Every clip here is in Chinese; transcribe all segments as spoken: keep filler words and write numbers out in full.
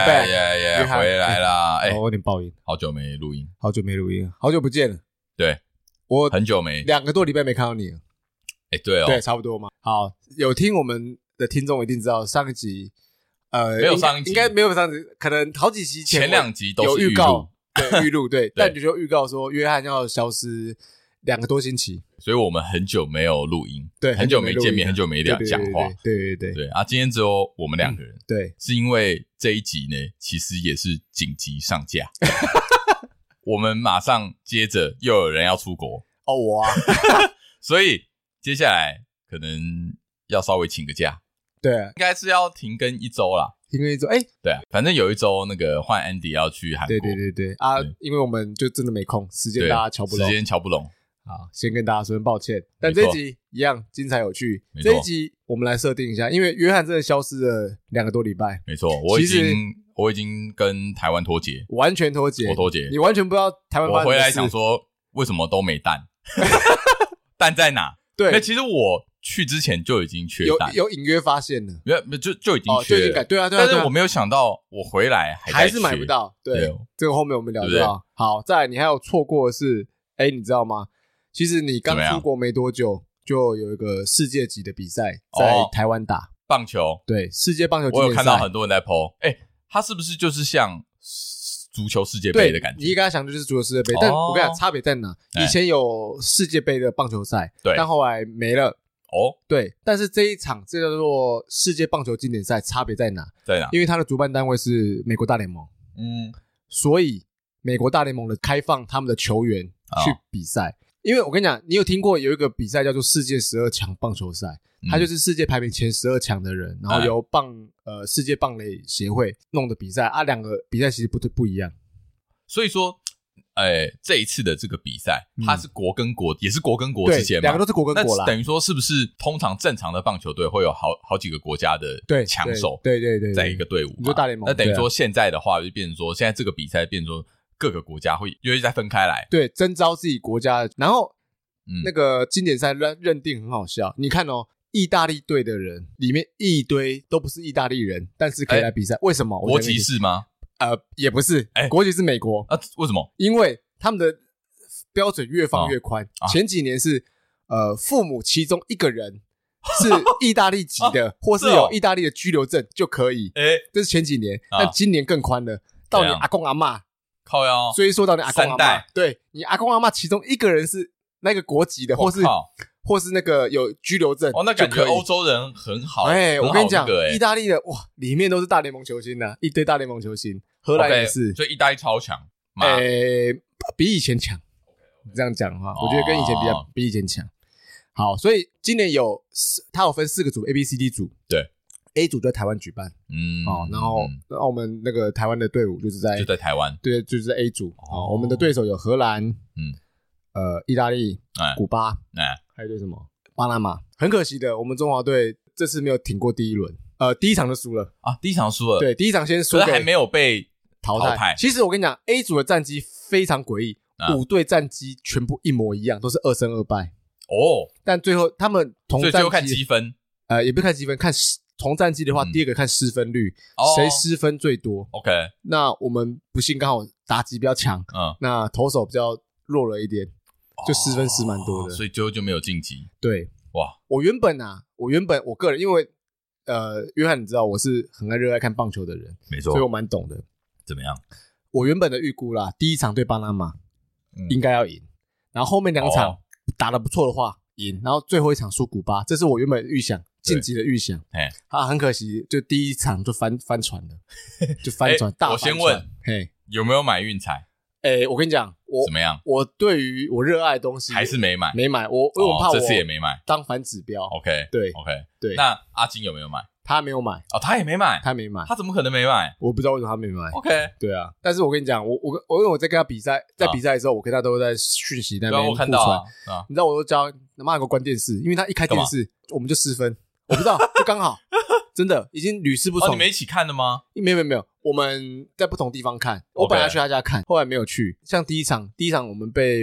back， 耶耶，回来啦！哎、欸， 我有点爆音， 好久没录音， 好久没录音，好久不见了。 对， 我很久没， 两个多礼拜没看到你了。 哎、欸，对哦， 对，差不多嘛。好，有听我们的听众一定知道，上一集呃， 没有上一集， 应该没有上一集，可能好几集前前两集都是有预告，对，预录对， 对但你就预告说约翰要消失两个多星期。 所以我们很久没有录音， 对， 很久没见面， 很久没聊讲话， 对对对 对, 对啊！今天只有我们两个人、嗯， 对， 是因为这一集呢，其实也是紧急上架，我们马上接着又有人要出国哦，我啊， 所以接下来可能要稍微请个假， 对， 应该是要停更一周啦， 停更一周，哎， 对啊，反正有一周那个换 Andy 要去韩国， 对对对对啊对，因为我们就真的没空，时间大家瞧不拢， 时间瞧不拢。 好，先跟大家说声抱歉，但这一集一样精彩有趣。这一集我们来设定一下，因为约翰真的消失了两个多礼拜。 没错，我已经我已经跟台湾脱节， 完全脱节， 我脱节， 你完全不知道台湾发生什么事。 我回来想说，为什么都没蛋？蛋在哪？ 对， 那其实我去之前就已经缺蛋， 有有隐约发现了， 没就就已经缺了， 哦、就已经改对啊对啊， 但是我没有想到我回来还还是买不到。对，对这个后面我们聊到。对对好，再来你还有错过的是，哎，你知道吗？其实你刚出国没多久，就有一个世界级的比赛在台湾打、哦、 棒球。 对，世界棒球经典赛， 我有看到很多人在 po， 哎，它是不是就是像足球世界杯的感觉？ 你应该想就是足球世界杯，哦、但我跟你讲差别在哪？以前有世界杯的棒球赛， 对， 但后来没了。 哦， 对，但是这一场这叫做世界棒球经典赛，差别在哪？ 在哪？ 因为它的主办单位是美国大联盟，嗯，所以美国大联盟的开放他们的球员去比赛。哦，因为我跟你讲，你有听过有一个比赛叫做世界十二强棒球赛，嗯，它就是世界排名前十二强的人，然后由棒呃世界棒垒协会弄的比赛啊，两个比赛其实不不一样。 所以说，哎，这一次的这个比赛，嗯，它是国跟国，也是国跟国之间嘛， 两个都是国跟国啦。 那等于说，是不是通常正常的棒球队会有好好几个国家的强手， 对对 对, 对, 对， 在一个队伍嘛？ 你说大联盟， 那等于说现在的话，就变成说，现在这个比赛变成说各个国家会因为再分开来， 对，征召自己国家，然后。嗯，那个经典赛认认定很好笑，你看哦，意大利队的人里面一堆都不是意大利人，但是可以来比赛，欸，为什么？ 国籍是吗？ 呃，也不是，欸，国籍是美国啊？为什么？ 因为他们的标准越放越宽，哦啊，前几年是呃，父母其中一个人是意大利籍的，啊，或是有意大利的居留证就可以，哎，欸，这是前几年，啊，但今年更宽了，到你阿公阿嬷靠腰， 所以说到你阿公阿嬷， 对你阿公阿嬷其中一个人是。那个国籍的，或是或是那个有居留证， 哦，那感觉欧洲人很好。 哎，欸，我跟你讲， 那個欸， 意大利的哇，里面都是大联盟球星的，啊，一堆大联盟球星。荷兰也是， okay, 所以意大利超强。 哎，欸，比以前强。这样讲的话，我觉得跟以前比较，哦，比以前强。好，所以今年有它有分四个组 ，A、B、C、D 组。 对 ，A 组在台湾举办，嗯，哦，然后然后我们那个台湾的队伍就是在就在台湾， 对，就是在 A 组。哦，我们的对手有荷兰，嗯。呃，意大利、哎、古巴，哎，还有对什么？巴拿马。很可惜的，我们中华队这次没有挺过第一轮，呃，第一场就输了啊，第一场输了。 对，第一场先输，可是还没有被淘汰。 淘汰其实我跟你讲 ，A 组的战绩非常诡异，啊，五队战绩全部一模一样，都是二胜二败。 哦， 但最后他们同战绩， 最后看积分， 呃，也不是看积分，看同战绩的话，嗯，第二个看失分率，谁，哦，失分最多。 OK， 那我们不幸刚好打击比较强，嗯，那投手比较弱了一点。就失分失蛮多的， 哦，所以最后就没有晋级。 对， 哇！ 我原本啊，我原本我个人，因为呃，约翰你知道我是很爱热爱看棒球的人， 没错， 所以我蛮懂的。 怎么样？ 我原本的预估啦，第一场对巴拿马，嗯，应该要赢，然后后面两场，哦，打得不错的话赢，然后最后一场输古巴，这是我原本的预想，晋级的预想。哎，啊，很可惜，就第一场就翻翻船了，就翻船，大翻船。 我先问， 嘿， 有没有买运彩？ 哎，我跟你讲，我怎么样？ 我对于我热爱的东西还是没买， 没买。我因为我怕我这次也没买， 当反指标。 OK， 对 ，OK， 对。 那阿金有没有买？ 他没有买哦，他也没买， 他没买， 他怎么可能没买？ 我不知道为什么他没买。 OK， 对啊。但是我跟你讲，我我我因为我在跟他比赛，在比赛的时候，我跟他都在讯息那边互传。啊，你知道我都教他妈有个关电视，因为他一开电视我们就失分，我不知道，就刚好。真的已经屡试不爽。 哦，你们一起看的吗？ 没有没有没有，我们在不同地方看。我本来去他家看， okay. 后来没有去。像第一场，第一场我们被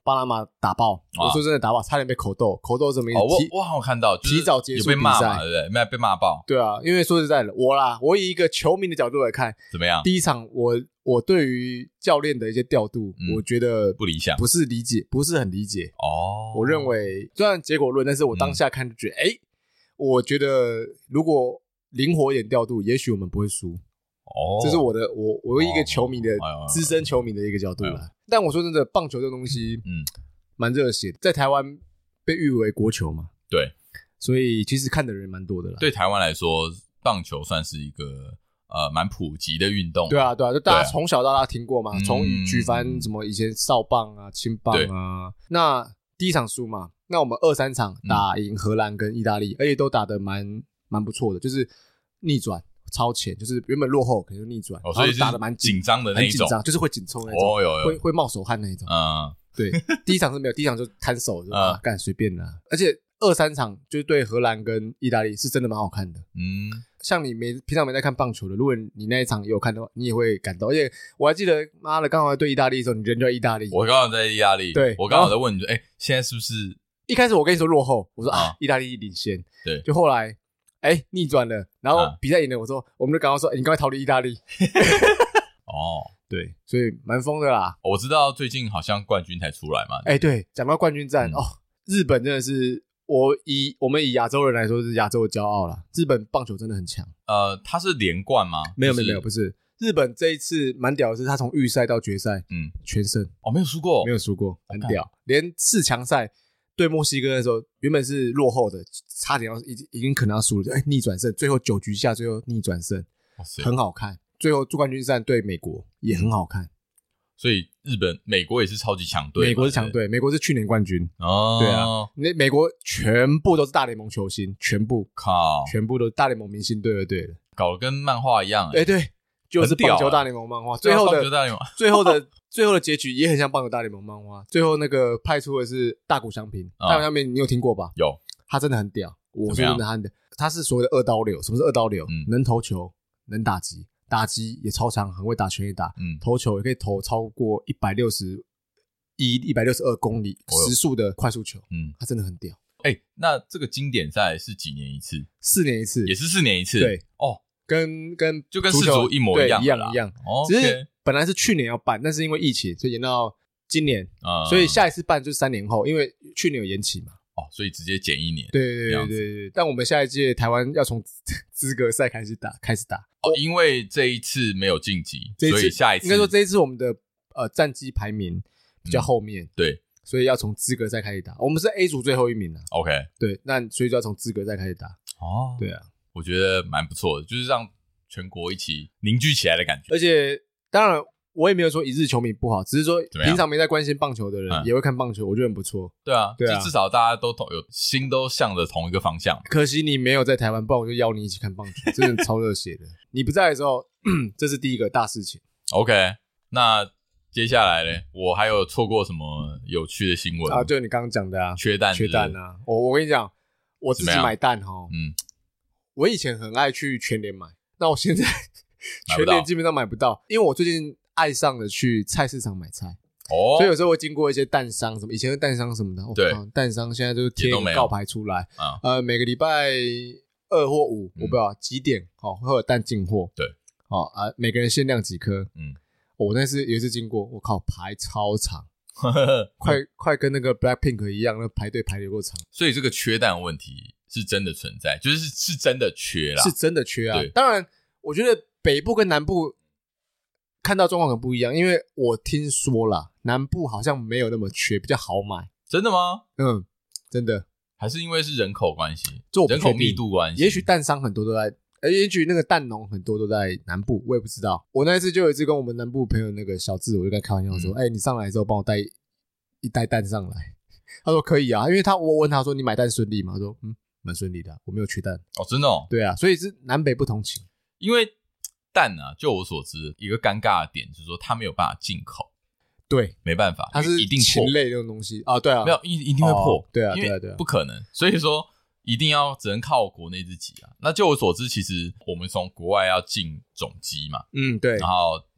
巴拿马打爆，啊、我说真的打爆，差点被口斗，口斗什么意思？ 哦、我我好像看到，就是、 提早结束比赛， 有被骂嘛，对不对？没被骂爆。 对啊，因为说实在的，我啦，我以一个球迷的角度来看， 怎么样？ 第一场我我对于教练的一些调度，嗯、我觉得不理想， 不是理解，不是很理解。 哦， 我认为虽然结果论，但是我当下看就觉得，哎、嗯，我觉得如果灵活一点调度，也许我们不会输。哦，这是我的我我一个球迷的资深球迷的一个角度啦。哎、但我说真的，棒球这东西，嗯，蛮热血的，在台湾被誉为国球嘛， 对， 所以其实看的人蛮多的啦。 对台湾来说，棒球算是一个呃蛮普及的运动。 对啊，对啊，就大家从小到大听过嘛，从举凡什么以前少棒啊、青棒啊。那第一场输嘛，那我们二三场打赢荷兰跟意大利，嗯、而且都打得蛮蛮不错的，就是逆转。超前，就是原本落后可能就逆转， 哦、所以打得蛮紧张的那一种， 很紧张，就是会紧凑那种， 哦、有有会会冒手汗那一种。嗯，对，第一场是没有，第一场就摊手，就啊干随便啦。而且二三场就是对荷兰跟意大利是真的蛮好看的。嗯，像你没平常没在看棒球的，如果你那一场也有看的话，你也会感动。而且我还记得，妈的，刚好对意大利的时候，你人就在意大利， 我刚好在意大利， 对， 我刚好在问你说，哎，现在是不是？ 一开始我跟你说落后，我说啊，意大利领先， 对， 就后来。哎，逆转了，然后比赛赢了，我说，我们就赶快说，你赶快逃离意大利。哦，对，所以蛮疯的啦。 我知道最近好像冠军才出来嘛。 哎，对，讲到冠军战、嗯、哦，日本真的是我以我们以亚洲人来说是亚洲的骄傲啦。日本棒球真的很强。 呃，他是连冠吗？ 没有没有没有，不是。日本这一次蛮屌的是，他从预赛到决赛，嗯，全胜。 哦，没有输过， 没有输过，很屌。Okay. 连四强赛。对墨西哥的时候，原本是落后的，差点要已经已经可能要输了，哎，逆转胜，最后九局下最后逆转胜，很好看。最后冠军战对美国也很好看， 所以日本、美国也是超级强队， 美国是强队，美国是去年冠军哦，对啊，那美国全部都是大联盟球星，全部靠， 全部都是大联盟明星队的队了， 搞得跟漫画一样， 哎，对，就是棒球大联盟漫画，最后的最后的。最后的结局也很像棒球大联盟漫画，最后那个派出的是大谷翔平，大谷翔平你有听过吧？ 有， 他真的很屌，我说真的很屌，他是所谓的二刀流。什么是二刀流？嗯、能投球，能打击，打击也超强，很会打全垒打，嗯，投球也可以投超过一百六十一、一百六十二公里时速的快速球，嗯，他真的很屌。 哎、欸，那这个经典赛是几年一次？ 四年一次， 也是四年一次。 对， 哦， 跟跟就跟世足一模一样， 一样一样， 哦、 只是。本来是去年要办，但是因为疫情，所以延到今年，嗯、所以下一次办就是三年后，因为去年有延期嘛。 哦，所以直接减一年。 对对对对对。但我们下一届台湾要从资格赛开始打，开始打。 哦，因为这一次没有晋级，所以下一次应该说这一次我们的呃战绩排名比较后面， 嗯、对， 所以要从资格赛开始打。我们是 A 组最后一名了。 OK， 对，那所以就要从资格赛开始打。 哦， 对啊， 我觉得蛮不错的，就是让全国一起凝聚起来的感觉。 而且当然。我也没有说一日球迷不好，只是说平常没在关心棒球的人也会看棒球，我觉得很不错。 对啊，对啊，至少大家都同有心都向着同一个方向。 可惜你没有在台湾，不然我就邀你一起看棒球，真的超热血的。你不在的时候，这是第一个大事情。 OK， 那接下来呢？我还有错过什么有趣的新闻啊？就你刚刚讲的啊， 缺蛋， 缺蛋啊！我我跟你讲，我自己买蛋哈，嗯，我以前很爱去全联买，那我现在全联基本上买不到，因为我最近。爱上了去菜市场买菜，哦，所以有时候会经过一些蛋商，什么以前的蛋商什么的， 对， 哦、蛋商现在就贴告牌出来，啊、呃，每个礼拜二或五，嗯、我不知道几点，哦，会有蛋进货， 对， 哦啊，每个人限量几颗，嗯，我那次有一次经过，我靠，排超长，快快跟那个 Blackpink 一样，那排队排得有够长， 所以这个缺蛋问题是真的存在，就是是真的缺啦， 是真的缺啊，当然，我觉得北部跟南部。看到状况很不一样，因为我听说啦，南部好像没有那么缺，比较好买。 真的吗？ 嗯，真的， 还是因为是人口关系，人口密度关系。 也许蛋商很多都在，呃，也许那个蛋农很多都在南部，我也不知道。我那一次就有一次跟我们南部朋友那个小智，我就跟他开玩笑说：“哎、嗯欸，你上来之后帮我带一袋蛋上来。”他说：“可以啊，因为他我问他说你买蛋顺利吗？”他说：“嗯，蛮顺利的、啊，我没有缺蛋。” 哦，真的哦。 对啊，所以是南北不同情， 因为。蛋啊，就我所知，一个尴尬的点就是说，它没有办法进口。 对， 没办法， 它是一定禽类这种东西啊，对啊， 没有一一定会破， 哦、对啊，对啊，对啊， 不可能。所以说，一定要只能靠国内自己啊。那就我所知，其实我们从国外要进种鸡嘛， 嗯，对， 然后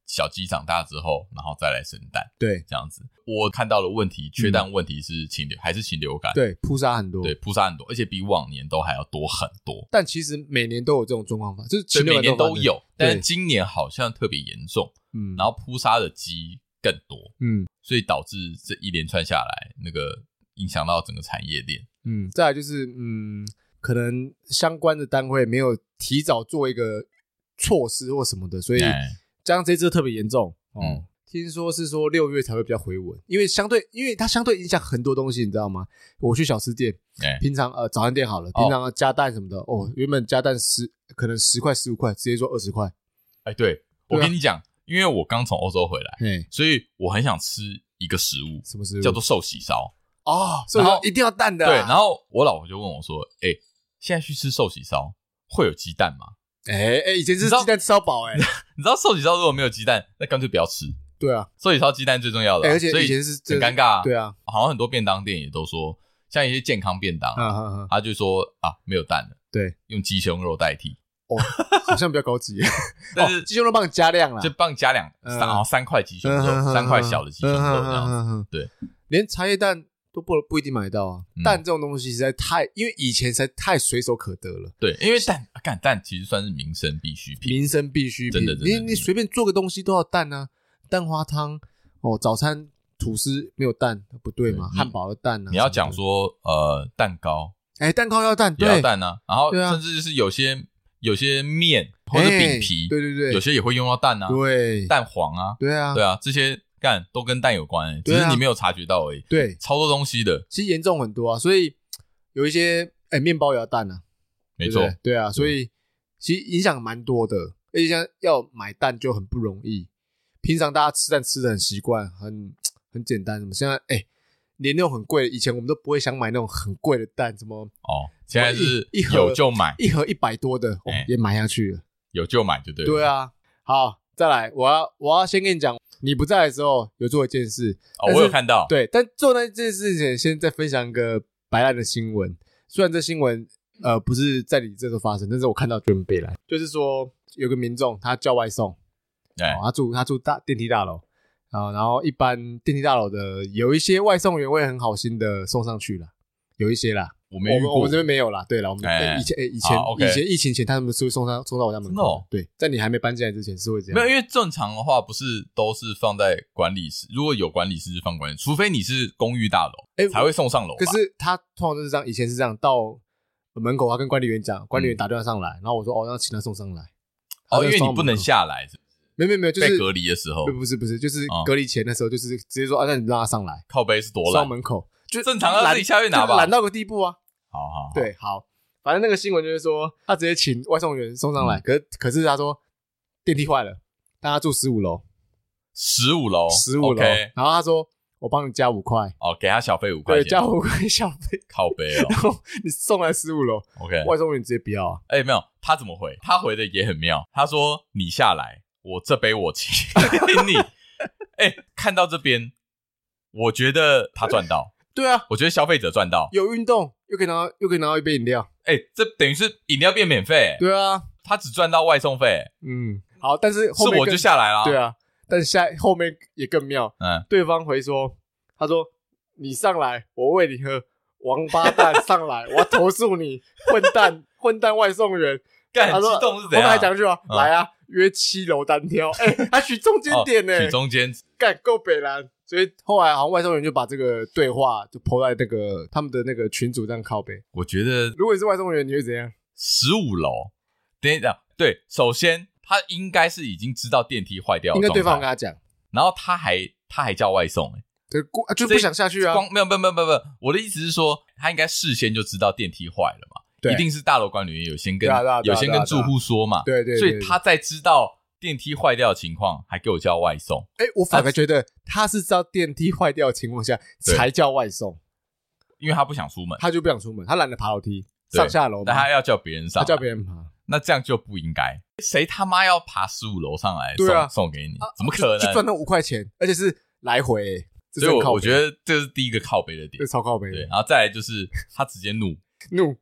小鸡长大之后，然后再来生蛋， 对， 这样子。我看到的问题，缺蛋问题是禽流、嗯、还是禽流感？ 对，扑杀很多， 对，扑杀很多，而且比往年都还要多很多。 但其实每年都有这种状况，就是禽流感每年都有，但是今年好像特别严重，嗯，然后扑杀的鸡更多，嗯，所以导致这一连串下来，那个影响到整个产业链， 嗯，再来就是嗯，可能相关的单位没有提早做一个措施或什么的，所以加上这次特别严重，哦、嗯。听说是说六月才会比较回稳，因为相对，因为它相对影响很多东西，你知道吗？我去小吃店，欸、平常呃早餐店好了，平常加蛋什么的，哦，哦原本加蛋十可能十块十五块，直接做二十块。 哎，对，我跟你讲，因为我刚从欧洲回来，所以我很想吃一个食物， 什么食物？ 叫做寿喜烧。 哦，寿喜烧一定要蛋的、啊。 对，然后我老婆就问我说：“哎、欸，现在去吃寿喜烧会有鸡蛋吗？” 哎哎、欸，以前是鸡蛋吃到饱哎， 你知道寿喜烧如果没有鸡蛋，那干脆不要吃。 对啊， 寿喜烧鸡蛋最重要的、啊欸，而且以前是很尴尬、啊。 对啊， 好像很多便当店也都说，像一些健康便当，啊啊啊他就说啊没有蛋了， 对， 用鸡胸肉代替。 哦，好像比较高级， 但是、 哦、鸡胸肉帮你加量啦， 就帮你加两，然后、嗯、三块鸡胸肉，嗯、三块小的鸡胸肉这样子。嗯嗯、对， 连茶叶蛋都不不一定买得到啊。嗯、蛋这种东西实在太，因为以前实在太随手可得了。 对，因为蛋，干蛋其实算是民生必需品， 民生必需品， 真的真的。 你你随便做个东西都要蛋啊，蛋花汤。哦，早餐吐司没有蛋不对吗？汉堡的蛋啊， 你要讲说呃蛋糕， 哎、欸，蛋糕要蛋， 也要蛋啊，然后甚至就是有些、啊、有些面或者饼皮、欸， 对对对， 有些也会用到蛋啊， 对， 蛋黄啊， 对啊， 对啊，这些干都跟蛋有关、欸，只是你没有察觉到而已， 对， 超多东西的， 其实严重很多啊，所以有一些哎、欸、面包也要蛋啊， 没错， 对啊，所以其实影响蛮多的，而且像要买蛋就很不容易。平常大家吃蛋吃的很习惯，很很简单。什么现在哎，连那种很贵的，以前我们都不会想买那种很贵的蛋，什么哦，现在是有就买， 一盒一百多的、哦欸、也买下去了， 有就买就对了。 对啊，好，再来，我要我要先跟你讲，你不在的时候有做一件事， 哦，我有看到， 对，但做那件事情先再分享一个白烂的新闻，虽然这新闻呃不是在你这时候发生，但是我看到就很北烂，就是说有个民众他叫外送。哦、他住他住大电梯大楼，啊，然后一般电梯大楼的有一些外送员会很好心的送上去啦，有一些啦， 我没遇过， 我们我们这边没有啦。对啦，我们、欸、以前、欸、以前、 okay、 以前疫情前他们是会送上送到我家门口，哦、对，在你还没搬进来之前是会这样。 没有，因为正常的话不是都是放在管理室，如果有管理室就放管理室，除非你是公寓大楼，哎、欸，才会送上楼。 可是他通常都是这样，以前是这样，到门口他跟管理员讲，管理员打电话上来，嗯、然后我说哦，让请他送上来。 哦，因为你不能下来是。 没有没有没有，就是被隔离的时候， 不是不是，就是隔离前的时候，就是直接说啊，那你让他上来， 靠北是多懒， 上门口就正常要自己下去拿吧， 懒到个地步啊。 好好好， 对，好，反正那个新闻就是说，他直接请外送员送上来，嗯、可是可是他说电梯坏了，但他住十五楼， 十五楼， 十五楼，然后他说我帮你加五块， 哦，给他小费五块钱， 对，加五块小费， 靠北哦， 然后你送来十五楼 ，OK， 外送员直接不要啊， 哎、欸，没有，他怎么回？他回的也很妙，他说你下来。我这杯我请你，哎、欸，看到这边，我觉得他赚到。 对啊， 我觉得消费者赚到， 有运动，又可以拿到，又可以拿到一杯饮料。 哎、欸，这等于是饮料变免费。 对啊， 他只赚到外送费。 嗯，好，但是后面是我就下来了。 对啊，但是下后面也更妙。嗯，对方回说，他说你上来，我喂你喝，王八蛋上来，我要投诉你，混蛋，混蛋外送员。 干，激动是怎样？ 后面还讲一句话，嗯、来啊，约七楼单挑，哎、欸，还取中间点呢、欸哦，取中间， 干够北蓝。所以后来好像外送员就把这个对话就 po 在那个他们的那个群组这样靠北。 我觉得， 如果你是外送员，你会怎样？ 十五楼，等一下，对，首先他应该是已经知道电梯坏掉的， 应该对方跟他讲， 然后他还他还叫外送、欸，哎， 对，就不想下去啊。 光没有没有没有没有，我的意思是说，他应该事先就知道电梯坏了嘛。一定是大楼管理员有先跟有先跟住户说嘛， 对对， 所以他在知道电梯坏掉的情况，还给我叫外送。 哎，我反而觉得他是知道电梯坏掉的情况下才叫外送， 因为他不想出门， 他就不想出门，他懒得爬楼梯上下楼， 但他要叫别人上， 他叫别人爬， 那这样就不应该。谁他妈要爬十五楼上来送对啊送给你？怎么可能？ 就赚那五块钱，而且是来回、欸， 所以我我觉得这是第一个靠北的点， 这超靠北的。 对，然后再来就是他直接怒怒。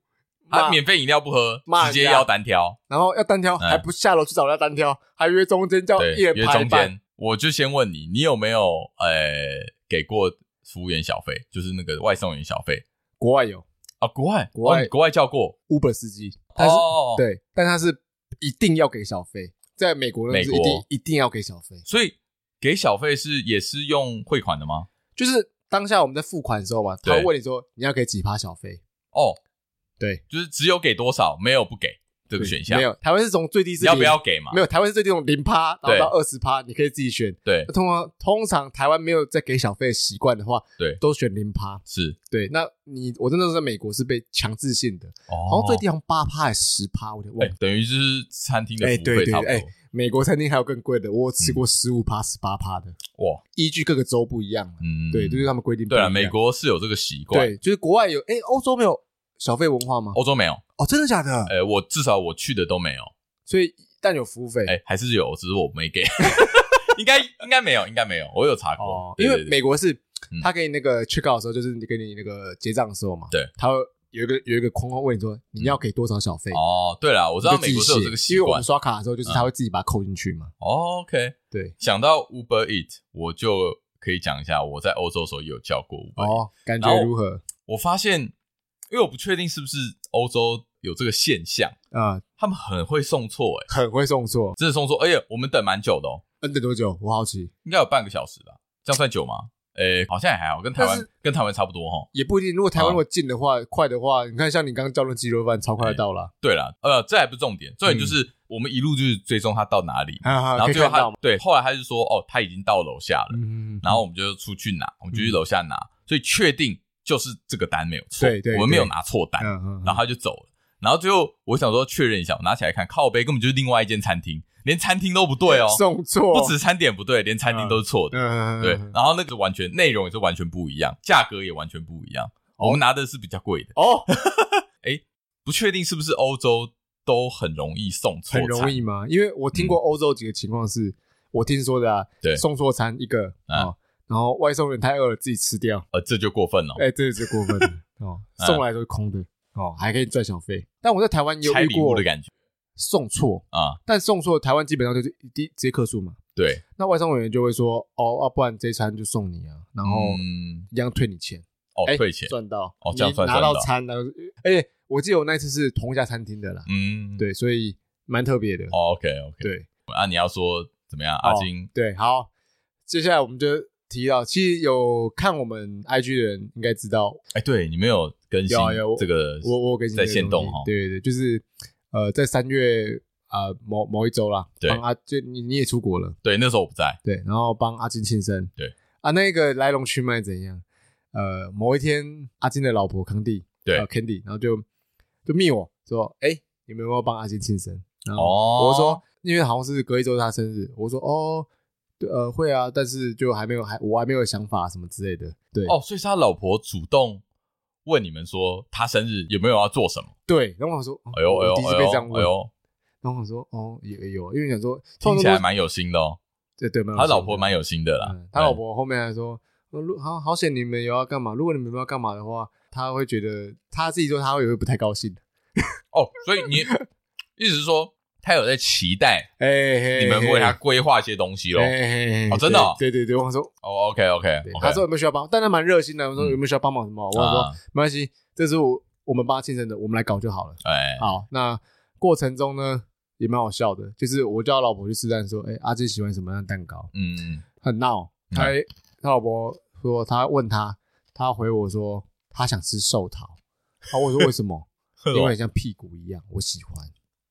他免费饮料不喝，直接要单挑， 然后要单挑、嗯、还不下楼去找人家单挑，还约中间叫一人排一半。 我就先问你，你有没有呃给过服务员小费，就是那个外送员小费？ 国外有啊，国外国外、哦、国外叫过 Uber 司机，他是、哦、对，但他是一定要给小费，在美国呢是一定一定要给小费， 所以给小费是也是用汇款的吗？ 就是当下我们在付款的时候嘛，他会问你说你要给几趴小费哦， 对， 就是只有给多少，没有不给这个选项。 没有，台湾是从最低是要不要给嘛？ 没有，台湾是最低从零趴，然后到二十趴，你可以自己选。 对， 通常通常台湾没有在给小费的习惯的话， 对， 都选零趴。 是， 对。那你我真的是在美国是被强制性的，哦，好像最低好像八趴还是十趴，我有点忘了、 欸。等于就是餐厅的服务费差不多。 哎、欸，美国餐厅还有更贵的，我有吃过十五趴、十八趴的。哇，依据各个州不一样。嗯，对，就是他们规定不一样。 对啊，美国是有这个习惯。 对，就是国外有，哎、欸，欧洲没有小费文化吗？ 欧洲没有。 哦，真的假的？ 哎、欸，我至少我去的都没有， 所以但有服务费， 哎、欸，还是有，只是我没给，应该应该没有，应该没有，我有查过， 哦、因为美国是、嗯、他给你那个 check out 的时候，就是你给你那个结账的时候嘛， 对， 他会有一个有一个框框问你说你要给多少小费、 嗯、哦，对啦，我知道美国是有这个习惯， 因为我们刷卡的时候就是他会自己把它扣进去嘛、 嗯哦、，OK， 对， 想到 Uber Eat 我就可以讲一下，我在欧洲的时候也有叫过 Uber Eat， 哦，感觉如何？ 我发现，因为我不确定是不是欧洲有这个现象啊、嗯，他们很会送错、欸， 哎，很会送错， 真的送错，而且我们等蛮久的哦。 嗯，等多久？我好奇， 应该有半个小时吧？这样算久吗？诶、欸，好像也还好，跟台湾跟台湾差不多齁。 也不一定，如果台湾如果近的话、嗯，快的话，你看像你刚刚叫那鸡肉饭，超快的到了、欸。 对啦，呃，这还不是重点，重点就是我们一路就是追踪他到哪里， 嗯、 然后最后他对，后来他就说哦，他已经到楼下了， 嗯， 然后我们就出去拿，我们就去楼下拿，嗯、所以确定就是这个单没有错， 对 对, 对， 我们没有拿错单， 嗯嗯， 然后他就走了。然后最后我想说确认一下，我拿起来看，靠北根本就是另外一间餐厅，连餐厅都不对哦， 送错， 不止餐点不对，连餐厅都是错的。 嗯， 对。然后那个完全内容也是完全不一样，价格也完全不一样。哦、我们拿的是比较贵的哦。 哎，不确定是不是欧洲都很容易送错餐？ 很容易吗？因为我听过欧洲几个情况是，嗯、我听说的啊， 对， 送错餐一个啊、哦，然后外送员太饿了自己吃掉， 呃，这就过分了。 哎，这就过分了哦，送来都是空的。哦，还可以赚小费，但我在台湾也有遇过的感觉， 送错啊， 但送错台湾基本上就是直接客诉嘛。 对， 那外送员就会说，哦，啊，不然这一餐就送你啊，然后一样退你钱。 哦，退钱赚到哦，这样算拿到餐，然后而且我记得我那次是同一家餐厅的啦， 嗯， 对，所以蛮特别的。 哦 ，OK OK， 对， 啊，你要说怎么样，阿金？ 哦、对，好，接下来我们就提到，其实有看我们 I G 的人应该知道， 哎，对，你没有更新这个， 我我给你在限动哈， 对对对，就是呃，在三月啊、呃、某某一周啦， 对， 帮阿就你你也出国了， 对，那时候我不在， 对，然后帮阿金庆生， 对啊，那个来龙去脉怎样？呃，某一天阿金的老婆康蒂， 对、 呃、，Candy， 然后就就密我说，哎，你们有没有帮阿金庆生？然后我说，哦、因为好像是隔一周是他生日，我说哦。对，呃，会啊，但是就还没有，还我还没有想法什么之类的。对， 哦，所以是他老婆主动问你们说他生日有没有要做什么？ 对，然后我说， 哎呦哎呦， 第一次被这样问， 哎呦， 然后我说，哦，也也有，因为想说听起来蛮有心的哦。 对对， 他老婆蛮有心的啦。 嗯、他老婆后面还说，好好险你们有要干嘛？如果你们没有要干嘛的话，他会觉得他自己说他会也会不太高兴。 哦，所以你意思是说？他有在期待， 哎、欸， 你们为他规划一些东西咯。 哎、欸， 哦，真的、哦， 对对对，我说， 哦 ，OK OK，, okay 他说有没有需要帮？但他蛮热心的，我说有没有需要帮忙什么？嗯、我说、啊、没关系，这是我我们帮他庆生的，我们来搞就好了。 哎， 好，那过程中呢也蛮好笑的，就是我叫老婆去吃饭，说，哎、欸，阿金喜欢什么样的蛋糕？ 嗯， 很闹，他、嗯、他老婆说他问他，他回我说他想吃寿桃，啊，我说为什么？因为很像屁股一样，我喜欢。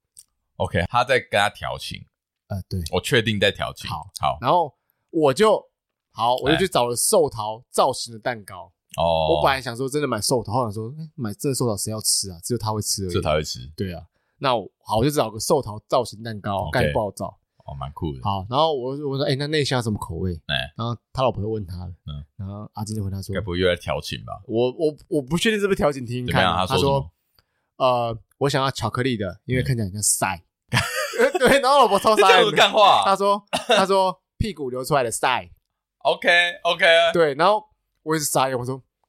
OK， 他在跟他调情， 呃，对， 我确定在调情。 好， 好， 然后我就好，我就去找了寿桃造型的蛋糕。 哦， 我本来想说真的买寿桃，后来说，欸、买这个寿桃谁要吃啊？只有他会吃而已。 只有他会吃。 对啊，那我好，我就找个寿桃造型蛋糕，盖爆照。 哦，蛮酷的。 好，然后我我说，哎、欸，那内馅什么口味？ 哎、欸， 然后他老婆就问他了， 嗯， 然后阿金就回他说， 该不会又在调情吧？ 我我我不确定是不是调情，听听看、啊。 他说， 他说，呃，我想要巧克力的，因为看起来很像塞。对，然后老婆超傻眼的， 干话。 他说：“他说屁股流出来的塞 ，OK OK。” 对，然后我也是傻眼，我说：“干，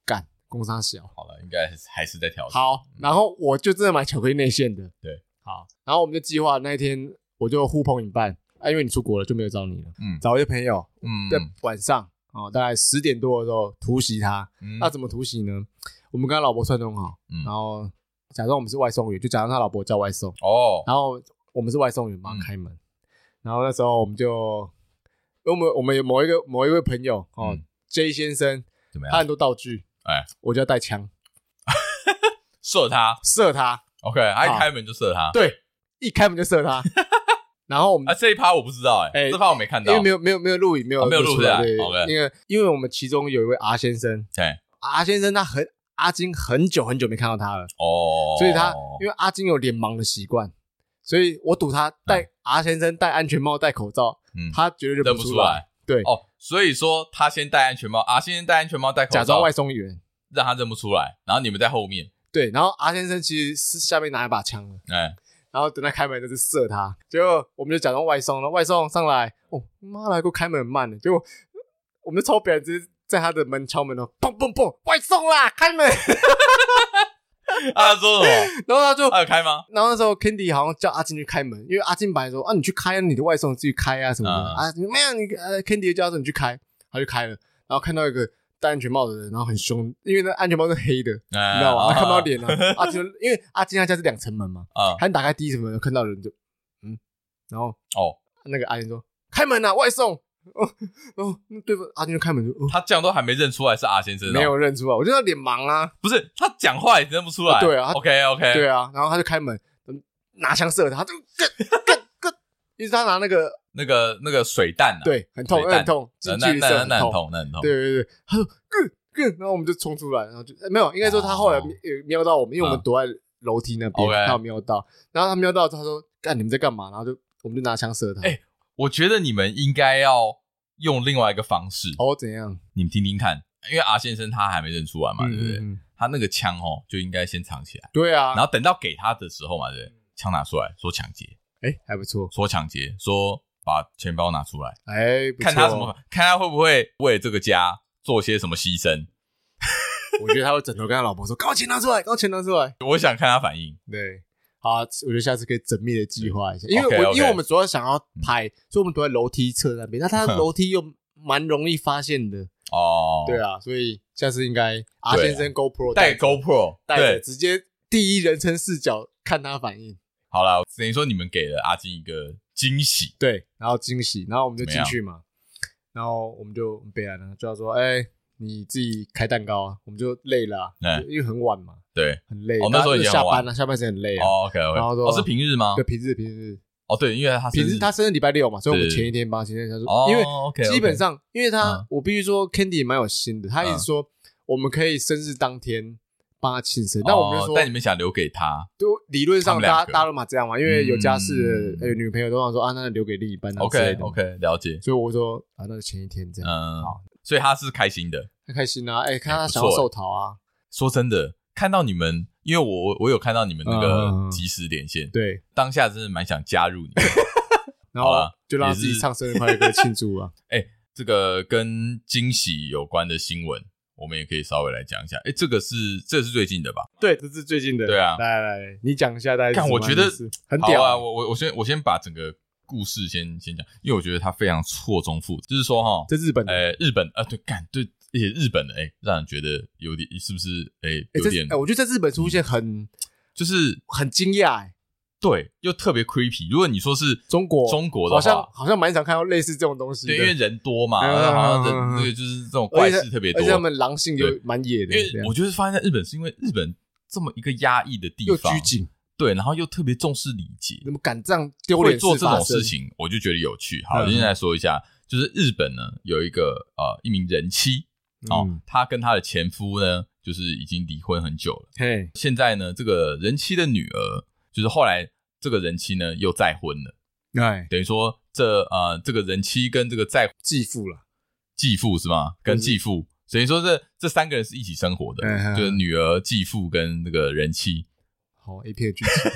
工商小。 好了，应该还是在调整。 好，然后我就真的买巧克力内馅的。 对， 好，然后我们就计划那一天我就呼朋引伴啊，因为你出国了就没有找你了，嗯，找一些朋友，嗯，在晚上哦，大概十点多的时候突袭他。嗯、那怎么突袭呢？我们跟他老婆串通好，嗯、然后假装我们是外送员，就假装他老婆叫外送哦，然后我们是外送员帮他开门，嗯、然后那时候我们就。我们我们有某一个某一位朋友哦、嗯、，J 先生，怎么样？他很多道具，哎，我就要带枪， 射他， 射他 ，OK， 他一开门就射他， 对，一开门就射他。然后我们啊这一趴我不知道哎、欸，欸、这趴我没看到， 因为没有没有没有录影，没有、 啊、没有录出来， 对 ，OK， 因为因为我们其中有一位 R 先生，对 ，R 先生他很阿金很久很久没看到他了哦，所以他因为阿金有脸盲的习惯。所以我赌他戴、嗯、R 先生戴安全帽戴口罩，嗯，他绝对认不出来。出来对哦，所以说他先戴安全帽 ，R 先生戴安全帽戴口罩， 假装外送员， 让他认不出来。然后你们在后面， 对，然后 R 先生其实是下面拿一把枪了，哎，然后等他开门就是射他。结果我们就假装外送了，外送上来，哦妈来给我开门很慢的，结果我们就超别人直接在他的门敲门哦，砰砰砰，外送啦，开门。 啊，他说什么？ 然后他就他有开吗？ 然后那时候 Candy 好像叫阿金去开门，因为阿金本来说啊，你去开，你的外送自己开啊什么的、嗯、啊，没有你呃 Candy 就叫他说你去开，他就开了，然后看到一个戴安全帽的人，然后很凶，因为那安全帽是黑的，嗯、你知道吗？他、嗯、看不到脸啊。阿金因为阿金他家是两层门嘛，嗯，他打开第一层门看到人就嗯，然后哦，那个阿金说开门啊，外送。哦哦，对吧？阿金就开门就，哦、 他这样都还没认出来是阿先生、哦， 没有认出来，我觉得他脸盲啊， 不是他讲话也认不出来， 哦、对啊 ，OK OK， 对啊，然后他就开门，拿枪射他，他就咯咯咯，因为他拿那个那个那个水弹啊， 对，很痛很痛，近距离射很痛，那很痛， 对对对，他说咯咯，然后我们就冲出来，然后就、欸、没有，应该说他后来瞄到我们，因为我们躲在楼梯那边，他有瞄到，然后他瞄到，他说干你们在干嘛？然后就我们就拿枪射他， 哎、欸，我觉得你们应该要。用另外一个方式哦，怎样？ 你们听听看，因为 R 先生他还没认出来嘛，嗯、对不对？他那个枪哦，就应该先藏起来。 对啊， 然后等到给他的时候嘛，对不对？枪拿出来说抢劫， 哎，还不错。 说抢劫，说把钱包拿出来， 哎， 看他什么，看他会不会为这个家做些什么牺牲。 我觉得他会枕头跟他老婆说：“赶快钱拿出来，赶快钱拿出来。” 我想看他反应。 对。好，我觉得下次可以缜密的计划一下，因为我 okay, okay. 因为我们主要想要拍，所以我们躲在楼梯侧那边，那它楼梯又蛮容易发现的哦。对啊，所以下次应该阿先生 GoPro 带 GoPro 带着直接第一人称视角看他反应。 好啦，等于说你们给了阿金一个惊喜， 对，然后惊喜，然后我们就进去嘛，然后我们就北来了，就要说，哎、欸，你自己开蛋糕啊，我们就累了、啊嗯，因为很晚嘛。 对， 很累。 哦，那时候已经下班了，下班时间很累啊。 哦 ，OK OK。然后说，哦，是平日吗？ 对，平日平日。 哦，对，因为他平日他生日礼拜六嘛，所以我们前一天帮他前一天他说，哦、因为基本上， okay, okay. 因为他、嗯、我必须说 ，Candy 也蛮有心的，他一直说、嗯、我们可以生日当天帮他庆生，但、哦、我们就说， 但你们想留给他， 就理论上大家大家都嘛这样嘛，因为有家室的、嗯、女朋友都想说啊，那留给另一半之类的 ，OK OK， 了解。 所以我说啊，那就前一天这样， 嗯，好，所以他是开心的， 他开心啊，哎、欸，看他想要寿桃啊， 说真的。看到你们，因为我我有看到你们那个即时连线， 嗯、对， 当下真的蛮想加入你们， 然后就让自己唱生日快乐歌庆祝啊！ 哎、欸，这个跟惊喜有关的新闻，我们也可以稍微来讲一下。哎、欸，这个是这是最近的吧？ 对，这是最近的。 对啊， 来来来，你讲一下，大家看，我觉得很屌啊！我我我先我先把整个故事先先讲，因为我觉得它非常错综复杂，就是说哈， 这日本的， 呃，日本啊，对，干对。而且日本的哎、欸，让人觉得有点是不是哎、欸、有点哎、欸欸，我觉得在日本出现很、嗯、 就是很惊讶哎， 对，又特别 creepy。如果你说是中国中国的话， 好像好像蛮常看到类似这种东西的， 对，因为人多嘛，嗯、然后好像人那个就是这种怪事特别多， 而且他们狼性就蛮野的。 因为我觉得发现在日本是因为日本这么一个压抑的地方， 又拘谨， 对，然后又特别重视礼节， 你们敢这样丢脸做这种事情，我就觉得有趣。好，嗯、现在说一下，就是日本呢有一个呃一名人妻。哦，嗯、他跟他的前夫呢，就是已经离婚很久了。嘿，现在呢，这个人妻的女儿，就是后来这个人妻呢又再婚了。哎，等于说这呃这个人妻跟这个再继父了， 继父是吗？跟继父，等于说这这三个人是一起生活的，嗯、就是女儿、继父跟那个人妻。 好 A 片剧情。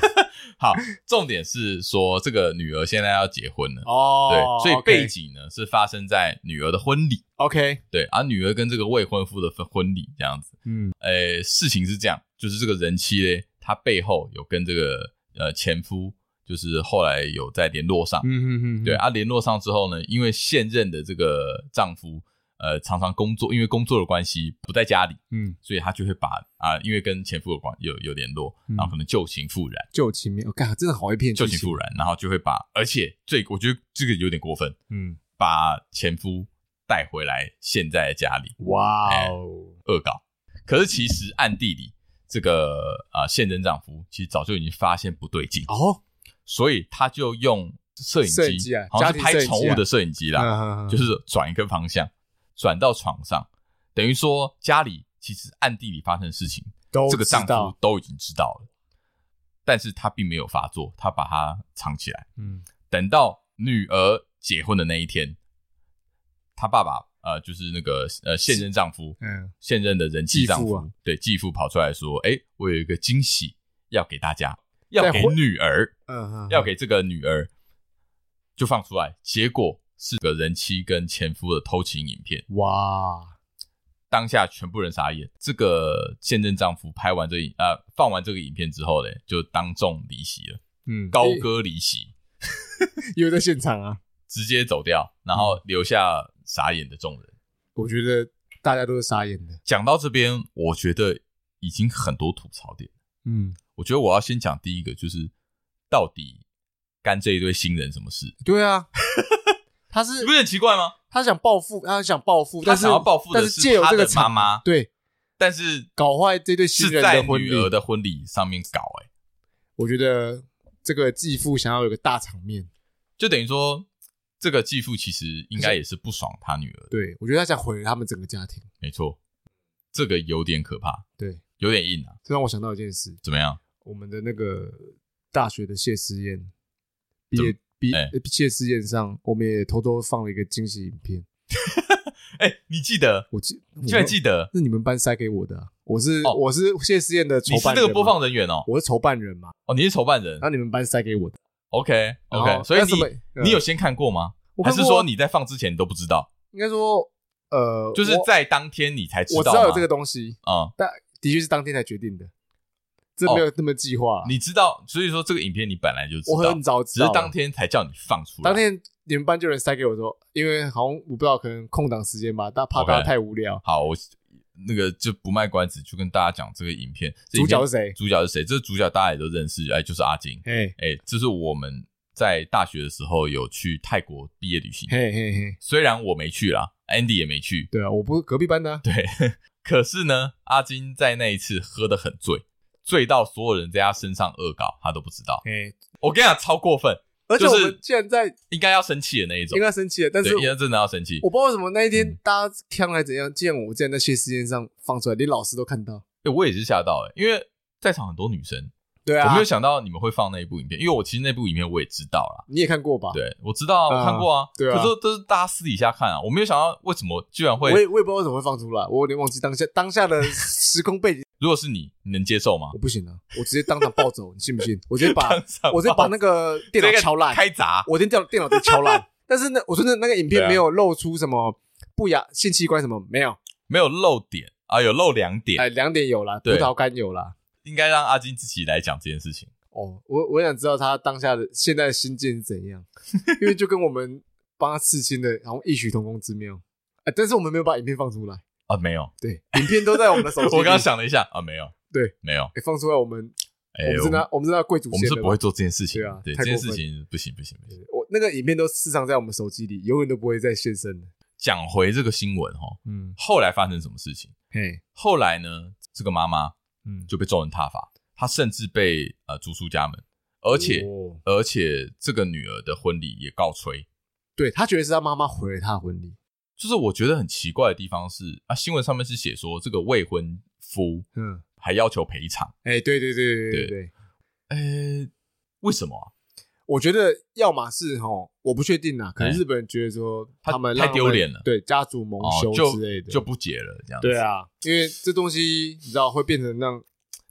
好，重点是说这个女儿现在要结婚了哦， 对，所以背景呢、okay. 是发生在女儿的婚礼 ，OK， 对，而、啊、女儿跟这个未婚夫的婚礼这样子，嗯，诶，事情是这样，就是这个人妻咧，她背后有跟这个呃前夫，就是后来有在联络上，嗯嗯嗯，对啊，联络上之后呢，因为现任的这个丈夫。呃，常常工作，因为工作的关系不在家里，嗯，所以他就会把啊，因为跟前夫有关有有联络，嗯、然后可能旧情复燃， 旧情没有，干真的好一片旧情复燃，然后就会把，而且最我觉得这个有点过分，嗯，把前夫带回来现在的家里， 哇哦、欸， 恶搞。可是其实暗地里，这个啊、呃、现任丈夫其实早就已经发现不对劲哦， 所以他就用摄影机， 摄影机啊， 好像是拍宠物的摄影机啦， 啊、 就是转一个方向。转到床上，等于说家里其实暗地里发生的事情，这个丈夫都已经知道了，但是他并没有发作，他把它藏起来。嗯，等到女儿结婚的那一天，他爸爸呃就是那个呃现任丈夫，嗯，现任的人妻丈夫，啊、对继父跑出来说，哎，我有一个惊喜要给大家，要给女儿，嗯，要给这个女儿，就放出来，结果。是个人妻跟前夫的偷情影片， 哇！ 当下全部人傻眼。这个现任丈夫拍完这影呃放完这个影片之后嘞，就当众离席了，嗯，高歌离席， 因为在现场啊， 直接走掉，然后留下傻眼的众人。 我觉得大家都是傻眼的。 讲到这边，我觉得已经很多吐槽点。嗯，我觉得我要先讲第一个，就是到底干这一对新人什么事？ 对啊。他是你不是很奇怪吗？ 他想报复，他想报复， 他想要报复的是他的妈妈， 对， 但是搞坏这对新人的婚礼， 是在女儿的婚礼上面搞、欸。哎， 我觉得这个继父想要有个大场面， 就等于说，这个继父其实应该也是不爽他女儿。 对，我觉得他想毁了他们整个家庭。 没错，这个有点可怕， 对， 有点硬啊。 这让我想到一件事， 怎么样？ 我们的那个大学的谢师宴毕业。毕业试验上，我们也偷偷放了一个惊喜影片。 哎、欸，你记得？ 我记， 你居然记得？ 是你们班塞给我的、啊。我是、哦、我是谢师宴的筹办人， 你是这个播放人员哦。 我是筹办人嘛。 哦，你是筹办人， 然后你们班塞给我的。 OK OK， 所以你、嗯、你有先看过吗？ 我看过还是说你在放之前你都不知道？ 应该说，呃， 就是在当天你才知道。 我知道有这个东西啊、嗯， 但的确是当天才决定的。这没有这么计划、啊哦，你知道，所以说这个影片你本来就知道， 我很早知道， 只是当天才叫你放出来。 当天你们班就有人塞给我说，因为好像我不知道，可能空档时间吧，但怕大家太无聊。 Okay. 好，我那个就不卖关子，就跟大家讲这个影片， 主角是谁？ 主角是谁？这个主角大家也都认识，哎，就是阿金。哎哎，这是我们在大学的时候有去泰国毕业旅行。 嘿嘿嘿， 虽然我没去啦 ，Andy 也没去。 对啊，我不是隔壁班的、啊。 对，可是呢，阿金在那一次喝得很醉。醉到所有人在他身上恶搞，他都不知道。 欸、 我跟你讲，超过分， 而且我们竟然在应该要生气的那一种， 应该生气的，但是应该真的要生气。 我不知道为什么那一天大家看来怎样，既然我竟然在谢师宴上放出来，连老师都看到。 欸、我也是吓到、欸，因为在场很多女生。 对啊， 我没有想到你们会放那一部影片，因为我其实那部影片我也知道啦。 你也看过吧？ 对，我知道啊，我看过啊。 嗯、对啊， 可是都是大家私底下看啊，我没有想到为什么居然会。 我也我也不知道为什么会放出来，我有点忘记当下当下的时空背景。 如果是你，你能接受吗？ 我不行啊，我直接当场暴走，你信不信？我直接把我直接把那个电脑敲烂， 开砸， 我直接电脑直接敲烂。但是呢，我说的那个影片没有露出什么不雅性器官什么，没有， 没有露点啊，有露两点， 哎，两点有啦，葡萄干有啦。 应该让阿金自己来讲这件事情。 哦，我我想知道他当下的现在的心境是怎样，因为就跟我们帮他刺青的好像异曲同工之妙。哎，但是我们没有把影片放出来啊，没有， 对，影片都在我们的手机。 我刚刚想了一下啊，没有， 对， 没有， 哎，放出来我们，哎，我们真的，我们真的贵族， 我们是不会做这件事情， 对啊， 对，这件事情不行不行不行。 我那个影片都时常在我们手机里，永远都不会再现身的。 讲回这个新闻哈，嗯，后来发生什么事情？ 嘿， 后来呢，这个妈妈，嗯，就被众人挞伐。他甚至被呃逐出家门，而且、哦、而且这个女儿的婚礼也告吹。 对，他觉得是他妈妈毁了他的婚礼。 就是我觉得很奇怪的地方是啊，新闻上面是写说这个未婚夫嗯还要求赔偿。 哎、欸，对对对对对对， 呃、欸，为什么啊？ 我觉得要么是齁，我不确定啊，可能日本人觉得说他们太丢脸了， 对家族蒙羞之类的、 哦、就, 就不结了这样子。 对啊，因为这东西你知道会变成那样。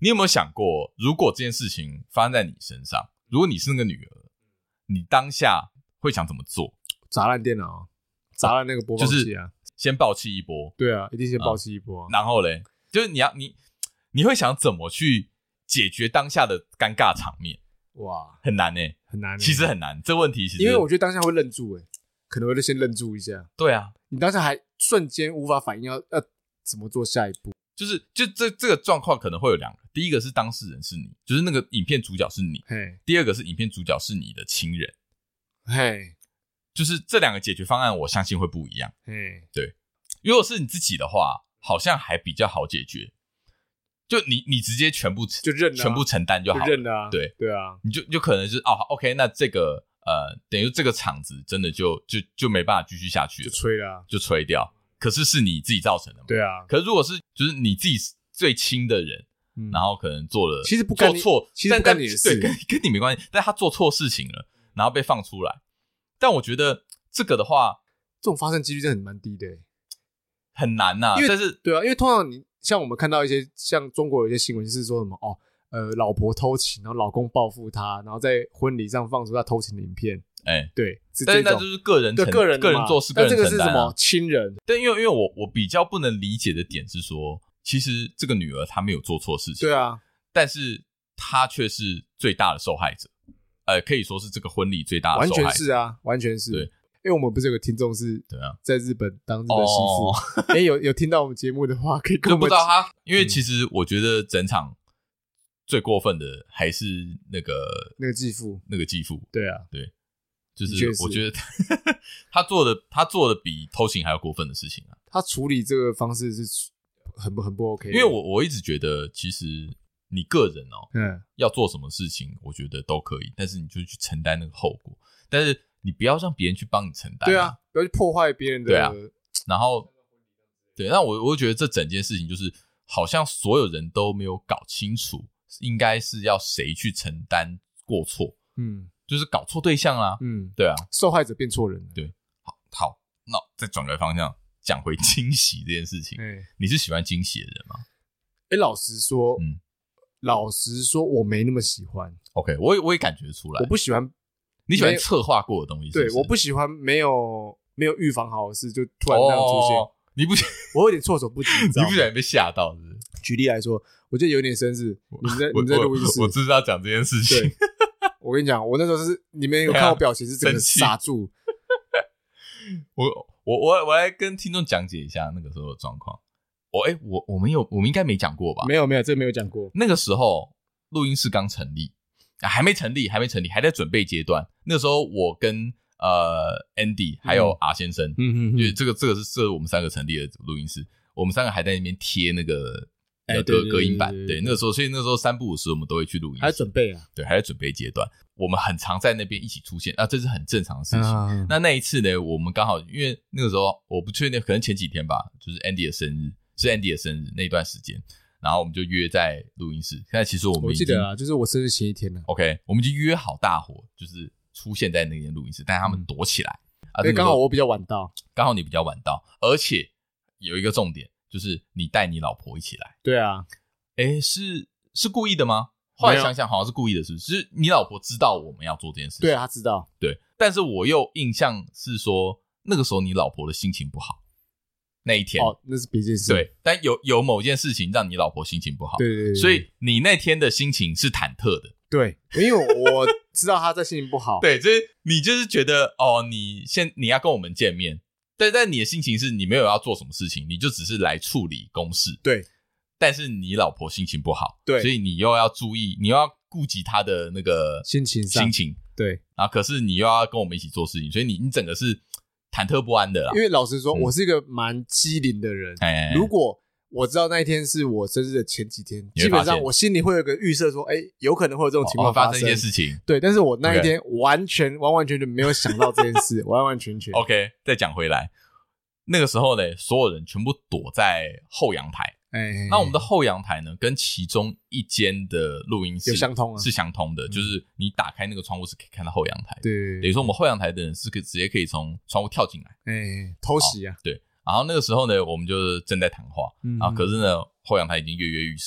你有没有想过，如果这件事情发生在你身上，如果你是那个女儿，你当下会想怎么做？ 砸烂电脑，砸烂那个播放器啊， 就是先爆气一波。 对啊，一定先爆气一波、啊嗯。然后嘞，就是你要你你会想怎么去解决当下的尴尬场面？ 哇， 很难欸， 很难、欸， 其实很难。这问题其实， 因为我觉得当下会愣住、欸，可能会先愣住一下。 对啊， 你当下还瞬间无法反应要要怎么做下一步。 就是就这这个状况可能会有两个，第一个是当事人是你，就是那个影片主角是你，第二个是影片主角是你的亲人， 嘿， 就是这两个解决方案我相信会不一样。 嘿， 对，如果是你自己的话，好像还比较好解决，就你你直接全部就认了、啊， 全部承担就好了， 就认了、啊， 对对啊， 你就就可能就是哦 ，OK， 那这个呃，等于这个场子真的就就就没办法继续下去了， 就吹了、啊， 就吹掉。可是是你自己造成的嘛？ 对啊。 可是如果是就是你自己最亲的人，嗯、然后可能做了， 其实不做错， 其实不干你的事， 对，跟跟你没关系。但他做错事情了，然后被放出来。但我觉得这个的话， 这种发生几率真的很蛮低的、欸， 很难呐、啊。但是对啊，因为通常你像我们看到一些像中国有一些新闻，就是说什么哦，呃，老婆偷情，然后老公报复她，然后在婚礼上放出她偷情的影片。 哎、欸， 对， 但是那就是个人对个人个人做事，个人承担、啊。 但这个是什么亲人？ 但因为因为我我比较不能理解的点是说，其实这个女儿她没有做错事情， 对啊， 但是她却是最大的受害者，呃，可以说是这个婚礼最大的受害者， 完全是啊，完全是。 对， 因为我们不是有个听众是对啊， 在日本当日本媳妇，哎、哦，有有听到我们节目的话，可以跟我们就不知道他，因为其实我觉得整场最过分的还是那个那个继父， 那个继父， 对啊， 对。就是我觉得他做的他做的比偷情还要过分的事情啊！ 他处理这个方式是很不很不 OK 的。 因为我我一直觉得，其实你个人哦， 嗯， 要做什么事情，我觉得都可以，但是你就去承担那个后果，但是你不要让别人去帮你承担、啊。 对啊，不要去破坏别人的。 对啊，然后对，那我我就觉得这整件事情就是好像所有人都没有搞清楚，应该是要谁去承担过错。嗯。就是搞错对象啦，嗯，对啊， 受害者变错人了， 对，好，好，那再转个方向讲回惊喜这件事情， 欸、 你是喜欢惊喜的人吗？ 哎、欸，老实说，嗯，老实说，我没那么喜欢。 OK， 我也我也感觉出来， 我不喜欢， 你喜欢策划过的东西是不是， 对，我不喜欢没有没有预防好的事就突然这样出现， 哦、你不， 我有点措手不及，你不喜欢被吓到是不是？ 举例来说，我记得有一年生日，你们在你们在录音室， 我知道讲这件事情。 我跟你讲，我那时候是你们有看我表情是整个傻住。 我我我我来跟听众讲解一下那个时候的状况。我哎、欸，我我们有我们应该没讲过吧？ 没有没有，这个没有讲过。 那个时候录音室刚成立、啊，还没成立，还没成立，还在准备阶段。那时候我跟呃 Andy 还有 R 先生，嗯嗯，因为这个这个是这是我们三个成立的录音室，我们三个还在那边贴那个。呃，隔隔音板，对，那个时候，所以那个时候三不五时我们都会去录音， 还在准备啊， 对，还在准备阶段。我们很常在那边一起出现啊，这是很正常的事情。啊、那那一次呢，我们刚好因为那个时候我不确定，可能前几天吧，就是 Andy 的生日，是 Andy 的生日那一段时间，然后我们就约在录音室。现在其实我们我记得啊，就是我生日前一天呢。 OK， 我们就约好大伙，就是出现在那间录音室，但他们躲起来、嗯、啊， 因为刚好我比较晚到， 刚好你比较晚到，而且有一个重点就是你带你老婆一起来。 对啊。 诶，是是故意的吗？后来想想好像是故意的，是不是？就是你老婆知道我们要做这件事情， 对，她知道， 对。但是我又印象是说，那个时候你老婆的心情不好，那一天哦，那是别件事， 对。但有有某件事情让你老婆心情不好， 对对 对, 对， 所以你那天的心情是忐忑的， 对，因为我知道她在心情不好， 对，就是你就是觉得哦，你现你要跟我们见面，但但你的心情是你没有要做什么事情，你就只是来处理公事， 对。 但是你老婆心情不好， 对， 所以你又要注意，你又要顾及她的那个心情上心情， 对。 啊，可是你又要跟我们一起做事情，所以你你整个是忐忑不安的啦。 因为老实说，嗯、我是一个蛮机灵的人。 哎哎哎， 如果我知道那一天是我生日的前几天，基本上我心里会有个预设，说，哎，有可能会有这种情况发生，哦、发生一件事情。 对，但是我那一天完全、okay. 完完全全没有想到这件事，完完全全。 OK， 再讲回来，那个时候呢，所有人全部躲在后阳台。 哎， 那我们的后阳台呢，跟其中一间的录音室相通啊， 是相通的，嗯、就是你打开那个窗户是可以看到后阳台。 对， 等于说我们后阳台的人是可以直接可以从窗户跳进来， 哎，偷袭啊。 对，然后那个时候呢，我们就正在谈话，嗯、然后可是呢，后阳台已经跃跃欲试，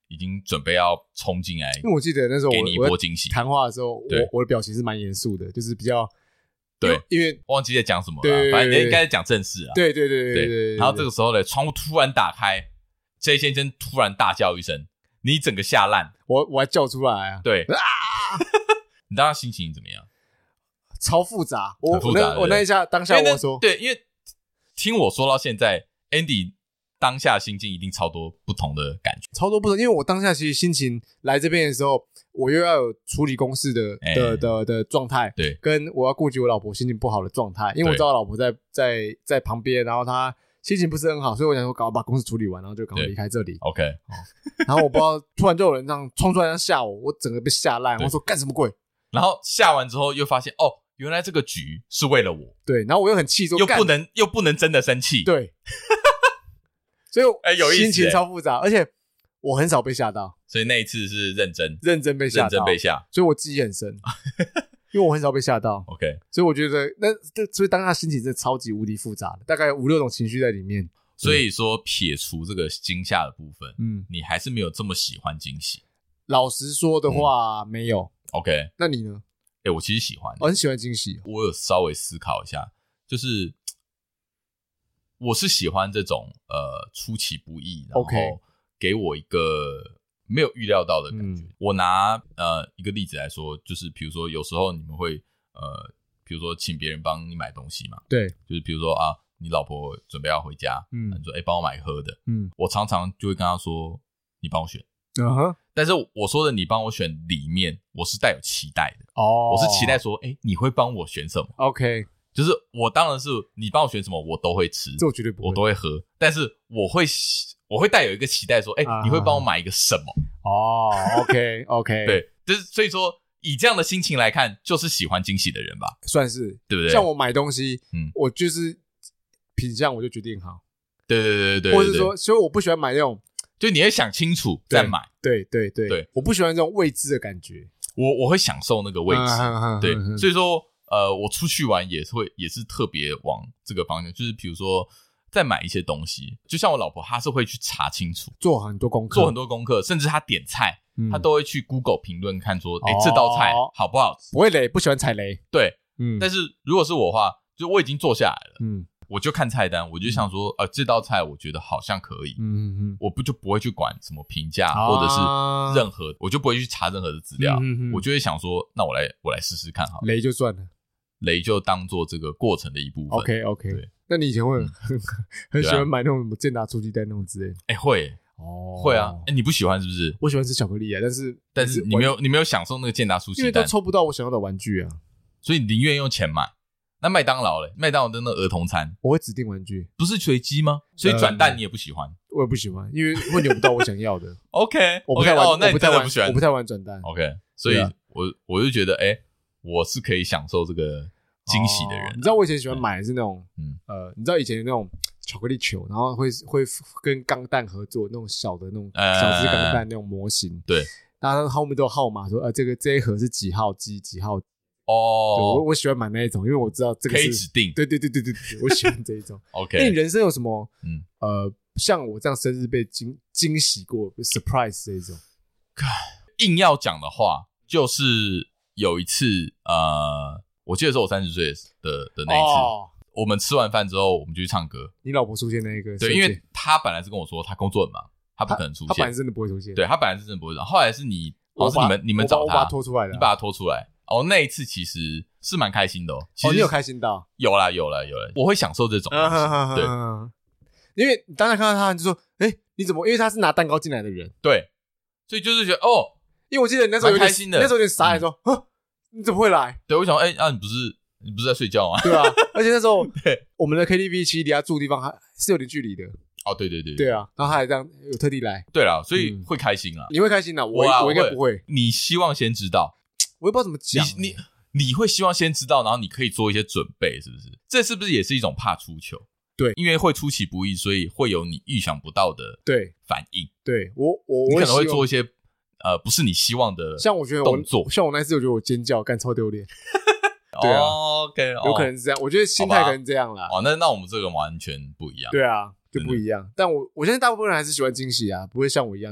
已经准备要冲进来， 因为我记得那时候我给你一波惊喜。 谈话的时候，我我的表情是蛮严肃的，就是比较对， 因为忘记在讲什么了，反正应该是讲正事啊。 对对对对对。 然后这个时候呢，窗户突然打开 ，J 先生突然大叫一声，你整个吓烂， 我我还叫出来啊！ 对啊，你当时心情怎么样？ 超复杂，我很复杂我那一下当下我说， 对，因为听我说到现在 ，Andy 当下心境一定超多不同的感觉， 超多不同。因为我当下其实心情来这边的时候，我又要有处理公事的、欸、的的的状态， 对， 跟我要顾及我老婆心情不好的状态，因为我知道我老婆在在在旁边，然后她心情不是很好，所以我想说赶快把公事处理完，然后就赶快离开这里。 OK，、 哦、然后我不知道突然就有人这样冲出来这样吓我，我整个被吓烂，我说干什么鬼？ 然后吓完之后又发现哦。原来这个局是为了我， 对，然后我又很气，说又不能又不能真的生气， 对，所以我、 欸、有意思、欸， 心情超复杂，而且我很少被吓到， 所以那一次是认真认真被吓到， 认真被吓， 所以我记忆很深，因为我很少被吓到 ，OK， 所以我觉得那所以当下心情真的超级无敌复杂的，大概有五六种情绪在里面。 所以说撇除这个惊吓的部分， 嗯， 你还是没有这么喜欢惊喜。 老实说的话，嗯、没有 ，OK， 那你呢？ 哎、欸，我其实喜欢、欸， 我很喜欢惊喜。 我有稍微思考一下，就是我是喜欢这种呃出其不意，然后给我一个没有预料到的感觉。嗯、我拿呃一个例子来说，就是比如说有时候你们会呃，比如说请别人帮你买东西嘛， 对， 就是比如说啊，你老婆准备要回家，嗯，你说哎帮我买喝的，嗯，我常常就会跟她说，你帮我选。 嗯哼， 但是我说的你帮我选里面，我是带有期待的哦， 我是期待说，哎，你会帮我选什么 ？OK， 就是我当然是你帮我选什么，我都会吃， 这我绝对不会， 我都会喝，但是我会我会带有一个期待说，哎，你会帮我买一个什么？ 哦 ，OK OK， 对，就是所以说以这样的心情来看，就是喜欢惊喜的人吧， 算是对不对？ 像我买东西， 嗯， 我就是品相我就决定好， 对对对对对， 或者是说，所以我不喜欢买那种。 就你会想清楚再买， 对对对 对, 对，我不喜欢这种未知的感觉， 我我会享受那个未知， 啊、 对， 啊、 所以说呃，我出去玩也是会也是特别往这个方向，就是比如说再买一些东西，就像我老婆，她是会去查清楚， 做很多功课， 做很多功课，甚至她点菜， 嗯、 她都会去 Google 评论看说，哎、哦，这道菜好不好吃？ 不会雷，不喜欢踩雷， 对， 嗯， 但是如果是我的话，就我已经坐下来了， 嗯。 我就看菜单，我就想说，呃，这道菜我觉得好像可以， 嗯嗯嗯， 我不就不会去管什么评价、啊、或者是任何，我就不会去查任何的资料， 嗯嗯嗯， 我就会想说，那我来我来试试看好了， 雷就算了， 雷就当做这个过程的一部分。 OK OK，对，那你以前会很、嗯、很喜欢买那种什么健达出鸡蛋那种之类的？ 哎、欸，会、欸、 哦， 会啊，哎、欸，你不喜欢是不是？ 我喜欢吃巧克力啊，但是但是你没有你没有享受那个健达出鸡蛋， 因为都抽不到我想要的玩具啊， 所以你宁愿用钱买。那麦当劳嘞？麦当劳的那个儿童餐， 我会指定玩具， 不是随机吗？所以转蛋你也不喜欢， 我也不喜欢，因为会扭不到我想要的。 OK， 我不太玩， okay, 哦，那你我不太玩， 不喜欢， 我不太玩转蛋。 OK， 所以我、啊、我就觉得，哎、欸，我是可以享受这个惊喜的人、啊哦。你知道我以前喜欢买的是那种，嗯呃，你知道以前有那种巧克力球，然后会会跟钢弹合作那种小的那种小只钢弹那种模型， 呃、对， 然后后面都有号码说，呃，这个这一盒是几号机几号。 哦， 对，我我喜欢买那一种，因为我知道这个是可以指定。 对对对对对对，我喜欢这一种。 OK， 那你人生有什么？ 嗯呃，像我这样生日被惊惊喜过 ，surprise 这一种。 硬要讲的话，就是有一次，呃，我记得是我三十岁的的那一次、哦，我们吃完饭之后，我们就去唱歌。 你老婆出现那一个？ 对，因为她本来是跟我说她工作很忙，她不可能出现。 她本来真的不会出现。 对，她本来是真的不会出现。后来是你，好像是你们你们找她， 我把她拖出来的、啊， 你把她拖出来。哦，那一次其实是蛮开心的哦。其实哦，你有开心到？ 有啦，有啦，有啦。我会享受这种东西、啊、对， 因为你当时看到他，你就说：“哎、欸，你怎么？”因为他是拿蛋糕进来的人， 对，所以就是觉得哦， 因为我记得你那时候有点开心的， 那时候有点傻眼，说：“啊、嗯，你怎么会来？” 对，我想，哎、欸，啊，你不是你不是在睡觉吗？ 对啊，而且那时候我们的 K T V 其实离他住的地方还是有点距离的。 哦，对对对， 对啊，然后他还这样有特地来， 对啦，所以会开心啦、 嗯。你会开心啦，我我, 我应该不会。 你希望先知道， 我也不知道怎么讲。 你你你会希望先知道，然后你可以做一些准备，是不是？这是不是也是一种怕出糗？ 对， 因为会出其不意，所以会有你预想不到的对反应。 对我我你可能会做一些呃不是你希望的动作， 像我觉得我像我那次，我觉得我尖叫干超丢脸。对啊、 哦、，OK， 有可能是这样。我觉得心态可能这样啦。 哦，那那我们这个完全不一样。 对啊，就不一样。但我我相信大部分人还是喜欢惊喜啊，不会像我一样这样。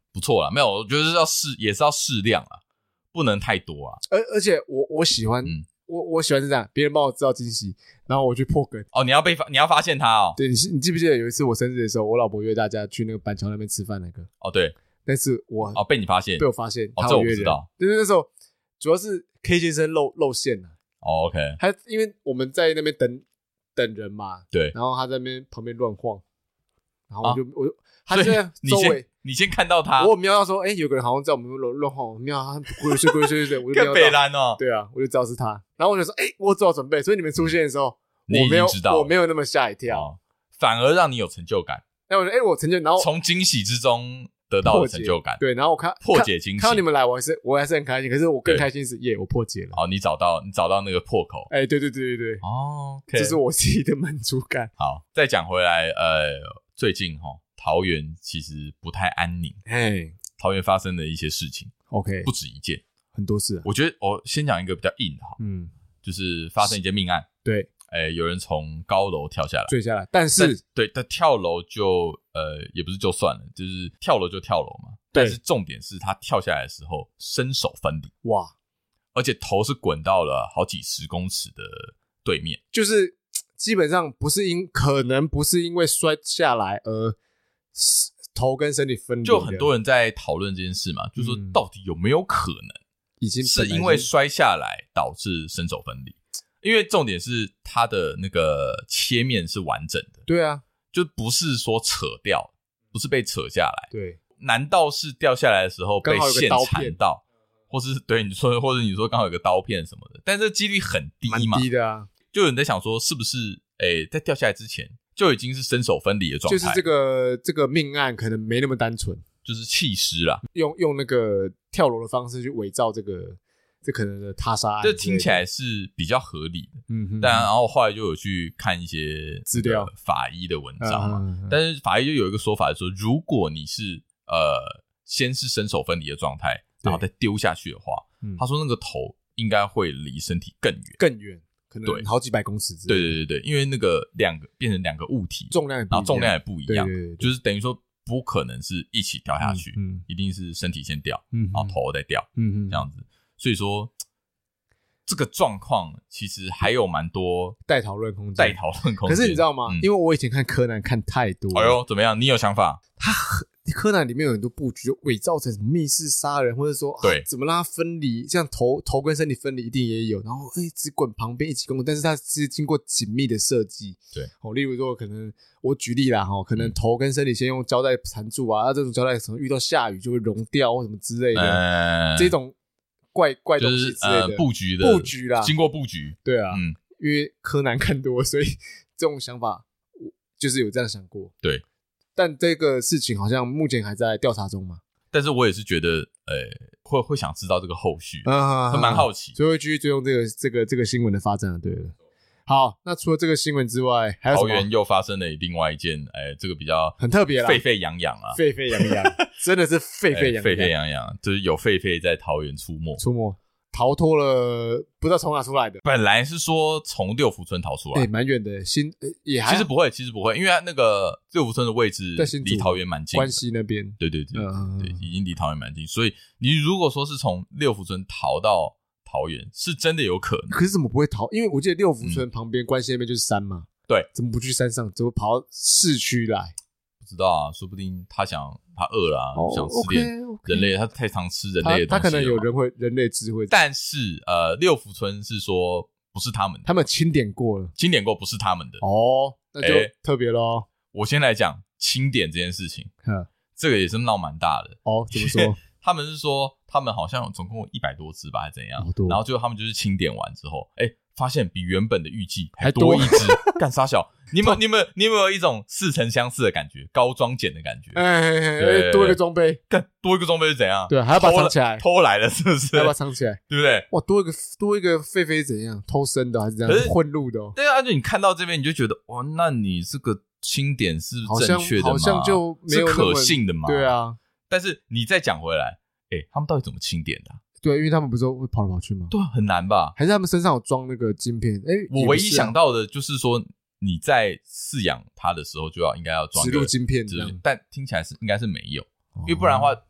不错啦，没有，我觉得是要适也是要适量啊，不能太多啊。 而而且我我喜欢，嗯、我我喜欢是这样，别人帮我制造惊喜，然后我去破梗。 哦，你要被发，你要发现他哦。 对，你你记不记得有一次我生日的时候，我老婆约大家去那个板桥那边吃饭那个？ 哦，对。 但是我哦被你发现， 被我发现， 哦，这我不知道。 对对，那时候主要是 K 先生露露馅了。 哦 ，OK。 他因为我们在那边等等人嘛， 对， 然后他在那边旁边乱晃，然后我就、啊、我就他就在周围， 你先看到他， 我瞄到说，哎、欸，有个人好像在我们乱乱晃，我瞄到他鬼祟鬼祟鬼祟，我就更北蓝哦， 对啊，我就知道是他，然后我就说，哎、欸，我做好准备，所以你们出现的时候， 你我没有知道我没有那么吓一跳、 哦，反而让你有成就感。 那我说，哎、欸，我成就，然后从惊喜之中得到的成就感， 对，然后我看破解惊喜， 看到你们来，我还是我还是很开心，可是我更开心是耶，我破解了。 哦，你找到你找到那个破口， 哎、欸，对对对对对， 哦， okay. 这是我自己的满足感。 好，再讲回来，呃，最近哈、哦，桃园其实不太安宁， 哎， 桃园发生的一些事情 ，OK， 不止一件， 很多事、啊。 我觉得我先讲一个比较硬的哈，嗯，就是发生一件命案， 对。 哎，有人从高楼跳下来， 坠下来，但是但对，但跳楼就呃也不是就算了，就是跳楼就跳楼嘛。但是重点是他跳下来的时候身手分离， 哇！ 而且头是滚到了好几十公尺的对面， 就是基本上不是因可能不是因为摔下来而头跟身体分离， 就很多人在讨论这件事嘛，就是说到底有没有可能已经是因为摔下来导致身手分离？因为重点是它的那个切面是完整的， 对啊， 就不是说扯掉，不是被扯下来。 对， 难道是掉下来的时候被线缠到，或是对你说，或者你说刚好有个刀片什么的？但这几率很低嘛， 蛮低的啊。 就有人在想说，是不是诶，在掉下来之前就已经是身手分离的状态？ 就是这个这个命案可能没那么单纯， 就是弃尸啦， 用用那个跳楼的方式去伪造这个。这可能的他杀案， 这听起来是比较合理的，嗯哼，但然后后来就有去看一些资料、 法医的文章嘛， 嗯、 但是法医就有一个说法说，如果你是呃先是身手分离的状态，然后再丢下去的话，嗯、他说那个头应该会离身体更远， 更远，可能好几百公尺之类的。 对对对对，因为那个两个变成两个物体， 重量也不一样， 然后重量也不一样， 对对对对， 就是等于说不可能是一起掉下去， 嗯嗯、 一定是身体先掉， 嗯、 然后头再掉， 嗯嗯， 这样子。所以说，这个状况其实还有蛮多待讨论空间， 待讨论空间。 可是你知道吗？嗯、因为我以前看柯南看太多了。 哎呦，怎么样？你有想法？ 他柯南里面有很多布局，就伪造成什么密室杀人，或者说对、 啊、怎么让它分离，像头头跟身体分离一定也有。然后哎，只滚旁边一起滚，但是它是经过紧密的设计。 对， 哦，例如说可能我举例啦，哈，可能头跟身体先用胶带缠住啊，那、嗯、这种胶带可能遇到下雨就会融掉或什么之类的， 呃、 这种。怪怪东西之类的、 就是呃、布局的布局啦， 经过布局， 对啊， 嗯， 因为柯南看多，所以这种想法就是有这样想过， 对。 但这个事情好像目前还在调查中嘛。 但是我也是觉得，呃，会会想知道这个后续， 啊， 会蛮好奇， 所以会继续追踪这个这个这个新闻的发展。对了。好，那除了这个新闻之外，还有什么？ 桃园又发生了另外一件，哎，这个比较很特别啦， 沸沸扬扬啊， 沸沸扬扬，真的是沸沸扬扬， 沸沸扬扬，就是有狒狒在桃园出没， 出没，逃脱了，不知道从哪出来的。 本来是说从六福村逃出来， 哎，蛮远的，新也还其实不会，其实不会，因为那个六福村的位置离桃园蛮近， 关西那边， 对对对， 嗯、 对，已经离桃园蛮近，所以你如果说是从六福村逃到桃园是真的有可能， 可是怎么不会逃？因为我记得六福村旁边、嗯、关西那边就是山嘛。 对， 怎么不去山上？怎么跑到市区来？ 不知道啊，说不定他想他饿了、啊哦、 想吃点人类， okay, okay. 他太常吃人类的东西了他，他可能有人会人类智慧。 但是呃，六福村是说不是他们的， 他们清点过了， 清点过不是他们的哦，那就特别咯、欸。 我先来讲清点这件事情，这个也是闹蛮大的哦。怎么说？ 他们是说他们好像总共有一百多只吧，还是怎样？然后最后他们就是清点完之后，哎、欸，发现比原本的预计还多一只，干啥小？你们你们你有没有一种似曾相识的感觉，高装检的感觉？ 哎哎哎，多一个装备， 干多一个装备是怎样？ 对，还要把它藏起来， 偷来了是不是？ 还要把它藏起来， 对不对？ 哇，多一个多一个狒狒怎样？偷生的还是这样混入的、哦？ 对啊，就你看到这边你就觉得哇，那你这个清点是正确的吗？ 好像好像就没有是可信的吗？ 对啊， 但是你再讲回来。欸，他们到底怎么清点的、啊？ 对，因为他们不是会跑来跑去吗？ 对，很难吧？ 还是他们身上有装那个晶片？欸， 我唯一想到的就是说，你在饲养它的时候就要应该要装植入晶片， 但听起来是应该是没有，哦、因为不然的话，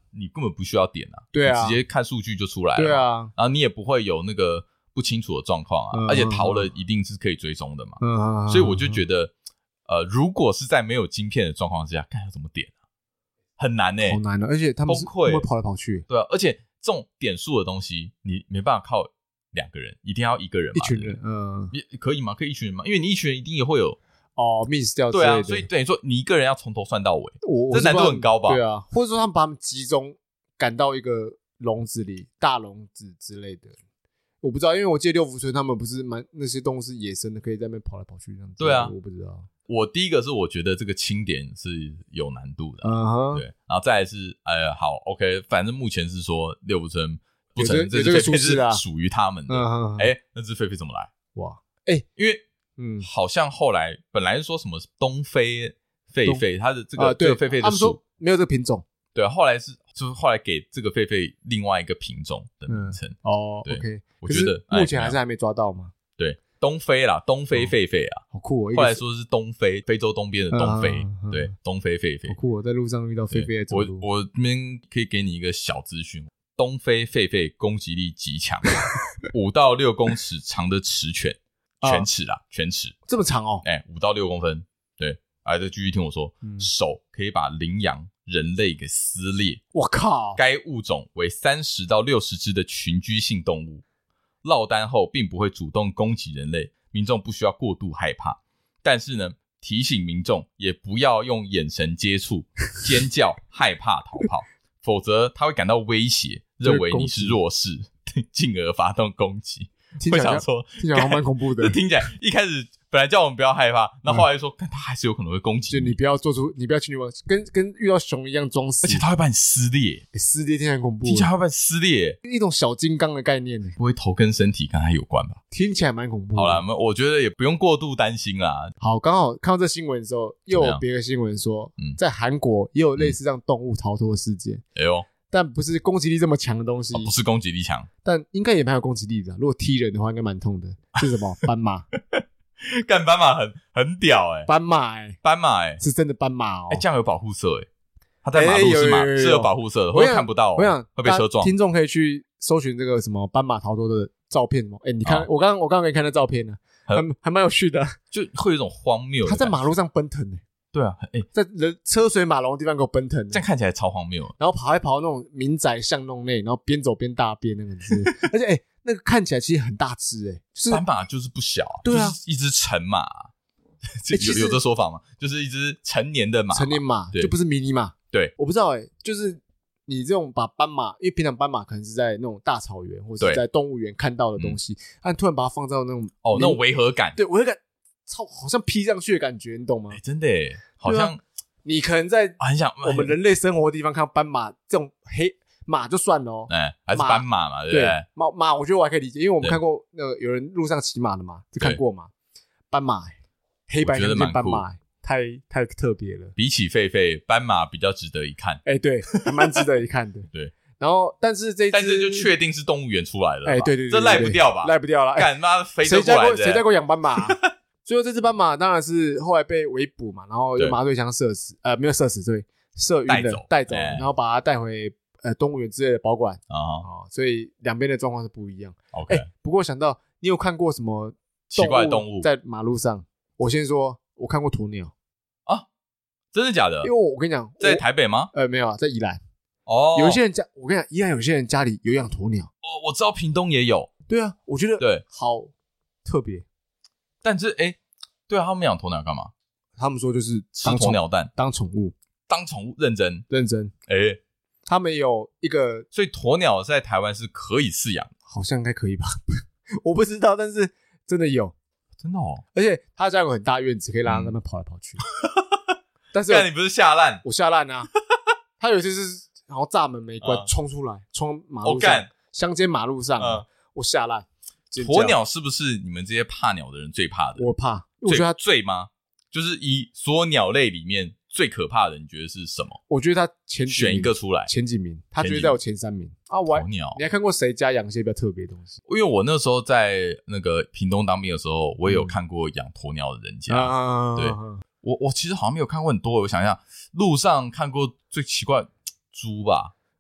你根本不需要点啊， 对啊， 直接看数据就出来了， 对啊， 然后你也不会有那个不清楚的状况啊，嗯、而且逃了一定是可以追踪的嘛，嗯、所以我就觉得，呃，如果是在没有晶片的状况之下，看要怎么点啊，很难欸， 好难的，而且他们是会跑来跑去， 对啊，而且这种点数的东西，你没办法靠两个人，一定要一个人嘛， 一群人，嗯， 也可以吗？可以一群人吗？因为你一群人一定也会有。 哦 ，miss 掉之类的， 对啊，所以等于说你一个人要从头算到尾， 我这难度很高吧？ 对啊，或者说他们把他们集中赶到一个笼子里，大笼子之类的，我不知道，因为我记得六福村他们不是蛮那些动物是野生的，可以在那边跑来跑去这样子。 对啊， 我不知道。 我第一个是我觉得这个清点是有难度的， 嗯哼， 对，然后再来是，呃，好 ，OK， 反正目前是说六福村不承认这只狒狒是属于他们的，哎、嗯，那只狒狒怎么来？ 哇，哎、欸， 因为。嗯，好像后来本来是说什么东非狒狒，它的这个、啊、这个狒狒的属没有这个品种， 对啊，后来是就是后来给这个狒狒另外一个品种的名称、 嗯、哦。 对 ，OK， 我觉得目前还是还没抓到吗？ 对，东非啦，东非狒狒啊、 哦，好酷哦！ 后来说是东非，非洲东边的东非， 嗯嗯、 对，东非狒狒， 好酷哦！在路上遇到狒狒的走路， 我我这边可以给你一个小资讯，东非狒狒攻击力极强，五到六公尺长的齿犬。犬齿啦，犬齿这么长哦， 哎、欸，五到六公分，对，哎，再继续听我说，嗯、手可以把羚羊、人类给撕裂， 我靠！ 该物种为三十到六十只的群居性动物，落单后并不会主动攻击人类，民众不需要过度害怕，但是呢，提醒民众也不要用眼神接触、尖叫、害怕逃跑，否则他会感到威胁，认为你是弱势，进而发动攻击。会想说， 听起来蛮恐怖的。 听起来一开始本来叫我们不要害怕，那、嗯、后来说，他还是有可能会攻击你。就你不要做出，你不要轻举妄动，跟跟遇到熊一样装死， 而且他会把你撕裂， 欸、撕裂听起来很恐怖， 听起来会把你撕裂， 一种小金刚的概念。 不会头跟身体跟他有关吧？ 听起来蛮恐怖的。 好啦，我觉得也不用过度担心啦。 好，刚好看到这新闻的时候，又有别的新闻说，在韩国也有类似这样动物逃脱的事件。 嗯、哎呦。 但不是攻击力这么强的东西、 哦，不是攻击力强， 但应该也蛮有攻击力的、啊。如果踢人的话，应该蛮痛的。是什么？斑马？ 干斑马很很屌哎、欸！ 斑马哎、欸， 斑马哎、欸， 是真的斑马哦。 哎、欸，这样有保护色哎、欸，它在马路是马、欸、是有保护色的，会看不到、哦。 我想会被车撞。 听众可以去搜寻这个什么斑马逃脱的照片吗？哎、欸，你看，哦、我刚刚我刚刚给你看那照片呢、啊，还还蛮有趣的， 就会有一种荒谬。 它在马路上奔腾哎、欸。 对啊，哎、欸， 在人车水马龙的地方给我奔腾， 这样看起来超荒谬。 然后跑还跑到那种民宅巷弄内，然后边走边大便那个字，而且哎、欸，那个看起来其实很大只哎、欸，就是斑马就是不小、啊， 对啊， 就是一只成马、啊欸， 有有这说法吗？就是一只成年的马， 成年马就不是迷你马。 对， 我不知道哎、欸，就是你这种把斑马，因为平常斑马可能是在那种大草原或者在动物园看到的东西，但、嗯、突然把它放到那种哦那种违和感， 对违和感，超好像披上去的感觉，你懂吗？ 欸、真的耶，好像。 你可能在很想我们人类生活的地方看到斑马这种黑马就算了哦， 哎，还是斑马嘛，对不对？ 马马我觉得我还可以理解，因为我们看过那个有人路上骑马的嘛，就看过嘛。斑马黑白相间斑马太太特别了， 比起狒狒，斑马比较值得一看。 哎，对，还蛮值得一看的。 对， 然后但是这但是就确定是动物园出来的， 哎，对对对， 这赖不掉吧？ 赖不掉了， 干妈非洲过来的， 谁家过养斑马？最后这只斑马当然是后来被围捕嘛，然后用麻醉枪射死，呃，没有射死，对，射晕了，带走，然后把它带回呃动物园之类的保管啊、哦，所以两边的状况是不一样。 OK， 欸、不过想到你有看过什么奇怪的动物在马路上？我先说，我看过鸵鸟啊，真的假的？ 因为我跟你讲， 在台北吗？ 呃，没有啊，在宜兰。 哦， 有一些人家，我跟你讲，宜兰有些人家里有养鸵鸟。 哦，我知道屏东也有。 对啊，我觉得对， 好特别。 但是哎。欸对啊，他们养鸵鸟干嘛？ 他们说就是当鸵鸟蛋， 当宠物， 当宠物认真认真。 哎、欸， 他们有一个， 所以鸵鸟在台湾是可以饲养， 好像应该可以吧？我不知道，但是真的有， 真的哦。 而且他家有很大院子，可以让他在那跑来跑去。嗯、但是你不是下烂？ 我下烂啊！他有一次是然后栅门没关，冲、嗯、出来，冲马路上，乡间马路上，嗯、我下烂。 鸵鸟是不是你们这些怕鸟的人最怕的？ 我怕， 我觉得它最吗？就是以所有鸟类里面最可怕的，你觉得是什么？ 我觉得它前几名选一个出来， 前几名，它绝对在我前三名啊！我鸵鸟， 你还看过谁家养一些比较特别的东西？ 因为我那时候在那个屏东当兵的时候，我也有看过养鸵鸟的人家。嗯、对，我我其实好像没有看过很多。我想一下，路上看过最奇怪猪吧。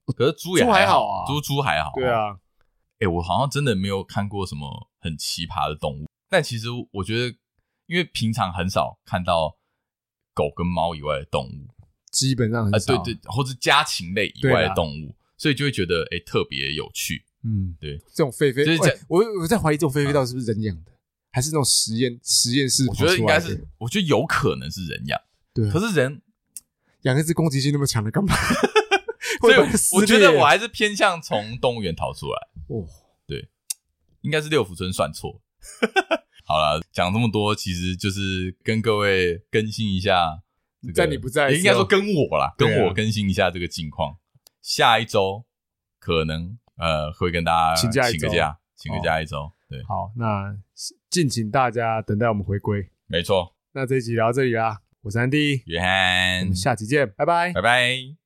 可是猪也还好啊，猪猪还好。 对啊， 哎、欸，我好像真的没有看过什么很奇葩的动物，但其实我觉得，因为平常很少看到狗跟猫以外的动物， 基本上很少， 呃、对对，或是家禽类以外的动物，所以就会觉得哎、欸、特别有趣。 嗯， 对， 这种狒狒， 就是欸、我我在怀疑这种狒狒到底是不是人养的，嗯、还是那种实验实验室？ 我觉得应该是，我觉得有可能是人养。 对、啊， 可是人养一只攻击性那么强的干嘛？ 所以我觉得我还是偏向从动物园逃出来。 哦， 对，应该是六福村算错。好了，讲这么多，其实就是跟各位更新一下、这个。 在你不在的时候， 应该说跟我啦，跟我啊、 更新一下这个近况。下一周可能呃会跟大家请假请个假，请个假一周。对， 好，那敬请大家等待我们回归。 没错， 那这一集聊到这里啦，我是安迪， 约翰， 我们下期见，拜拜， 拜拜。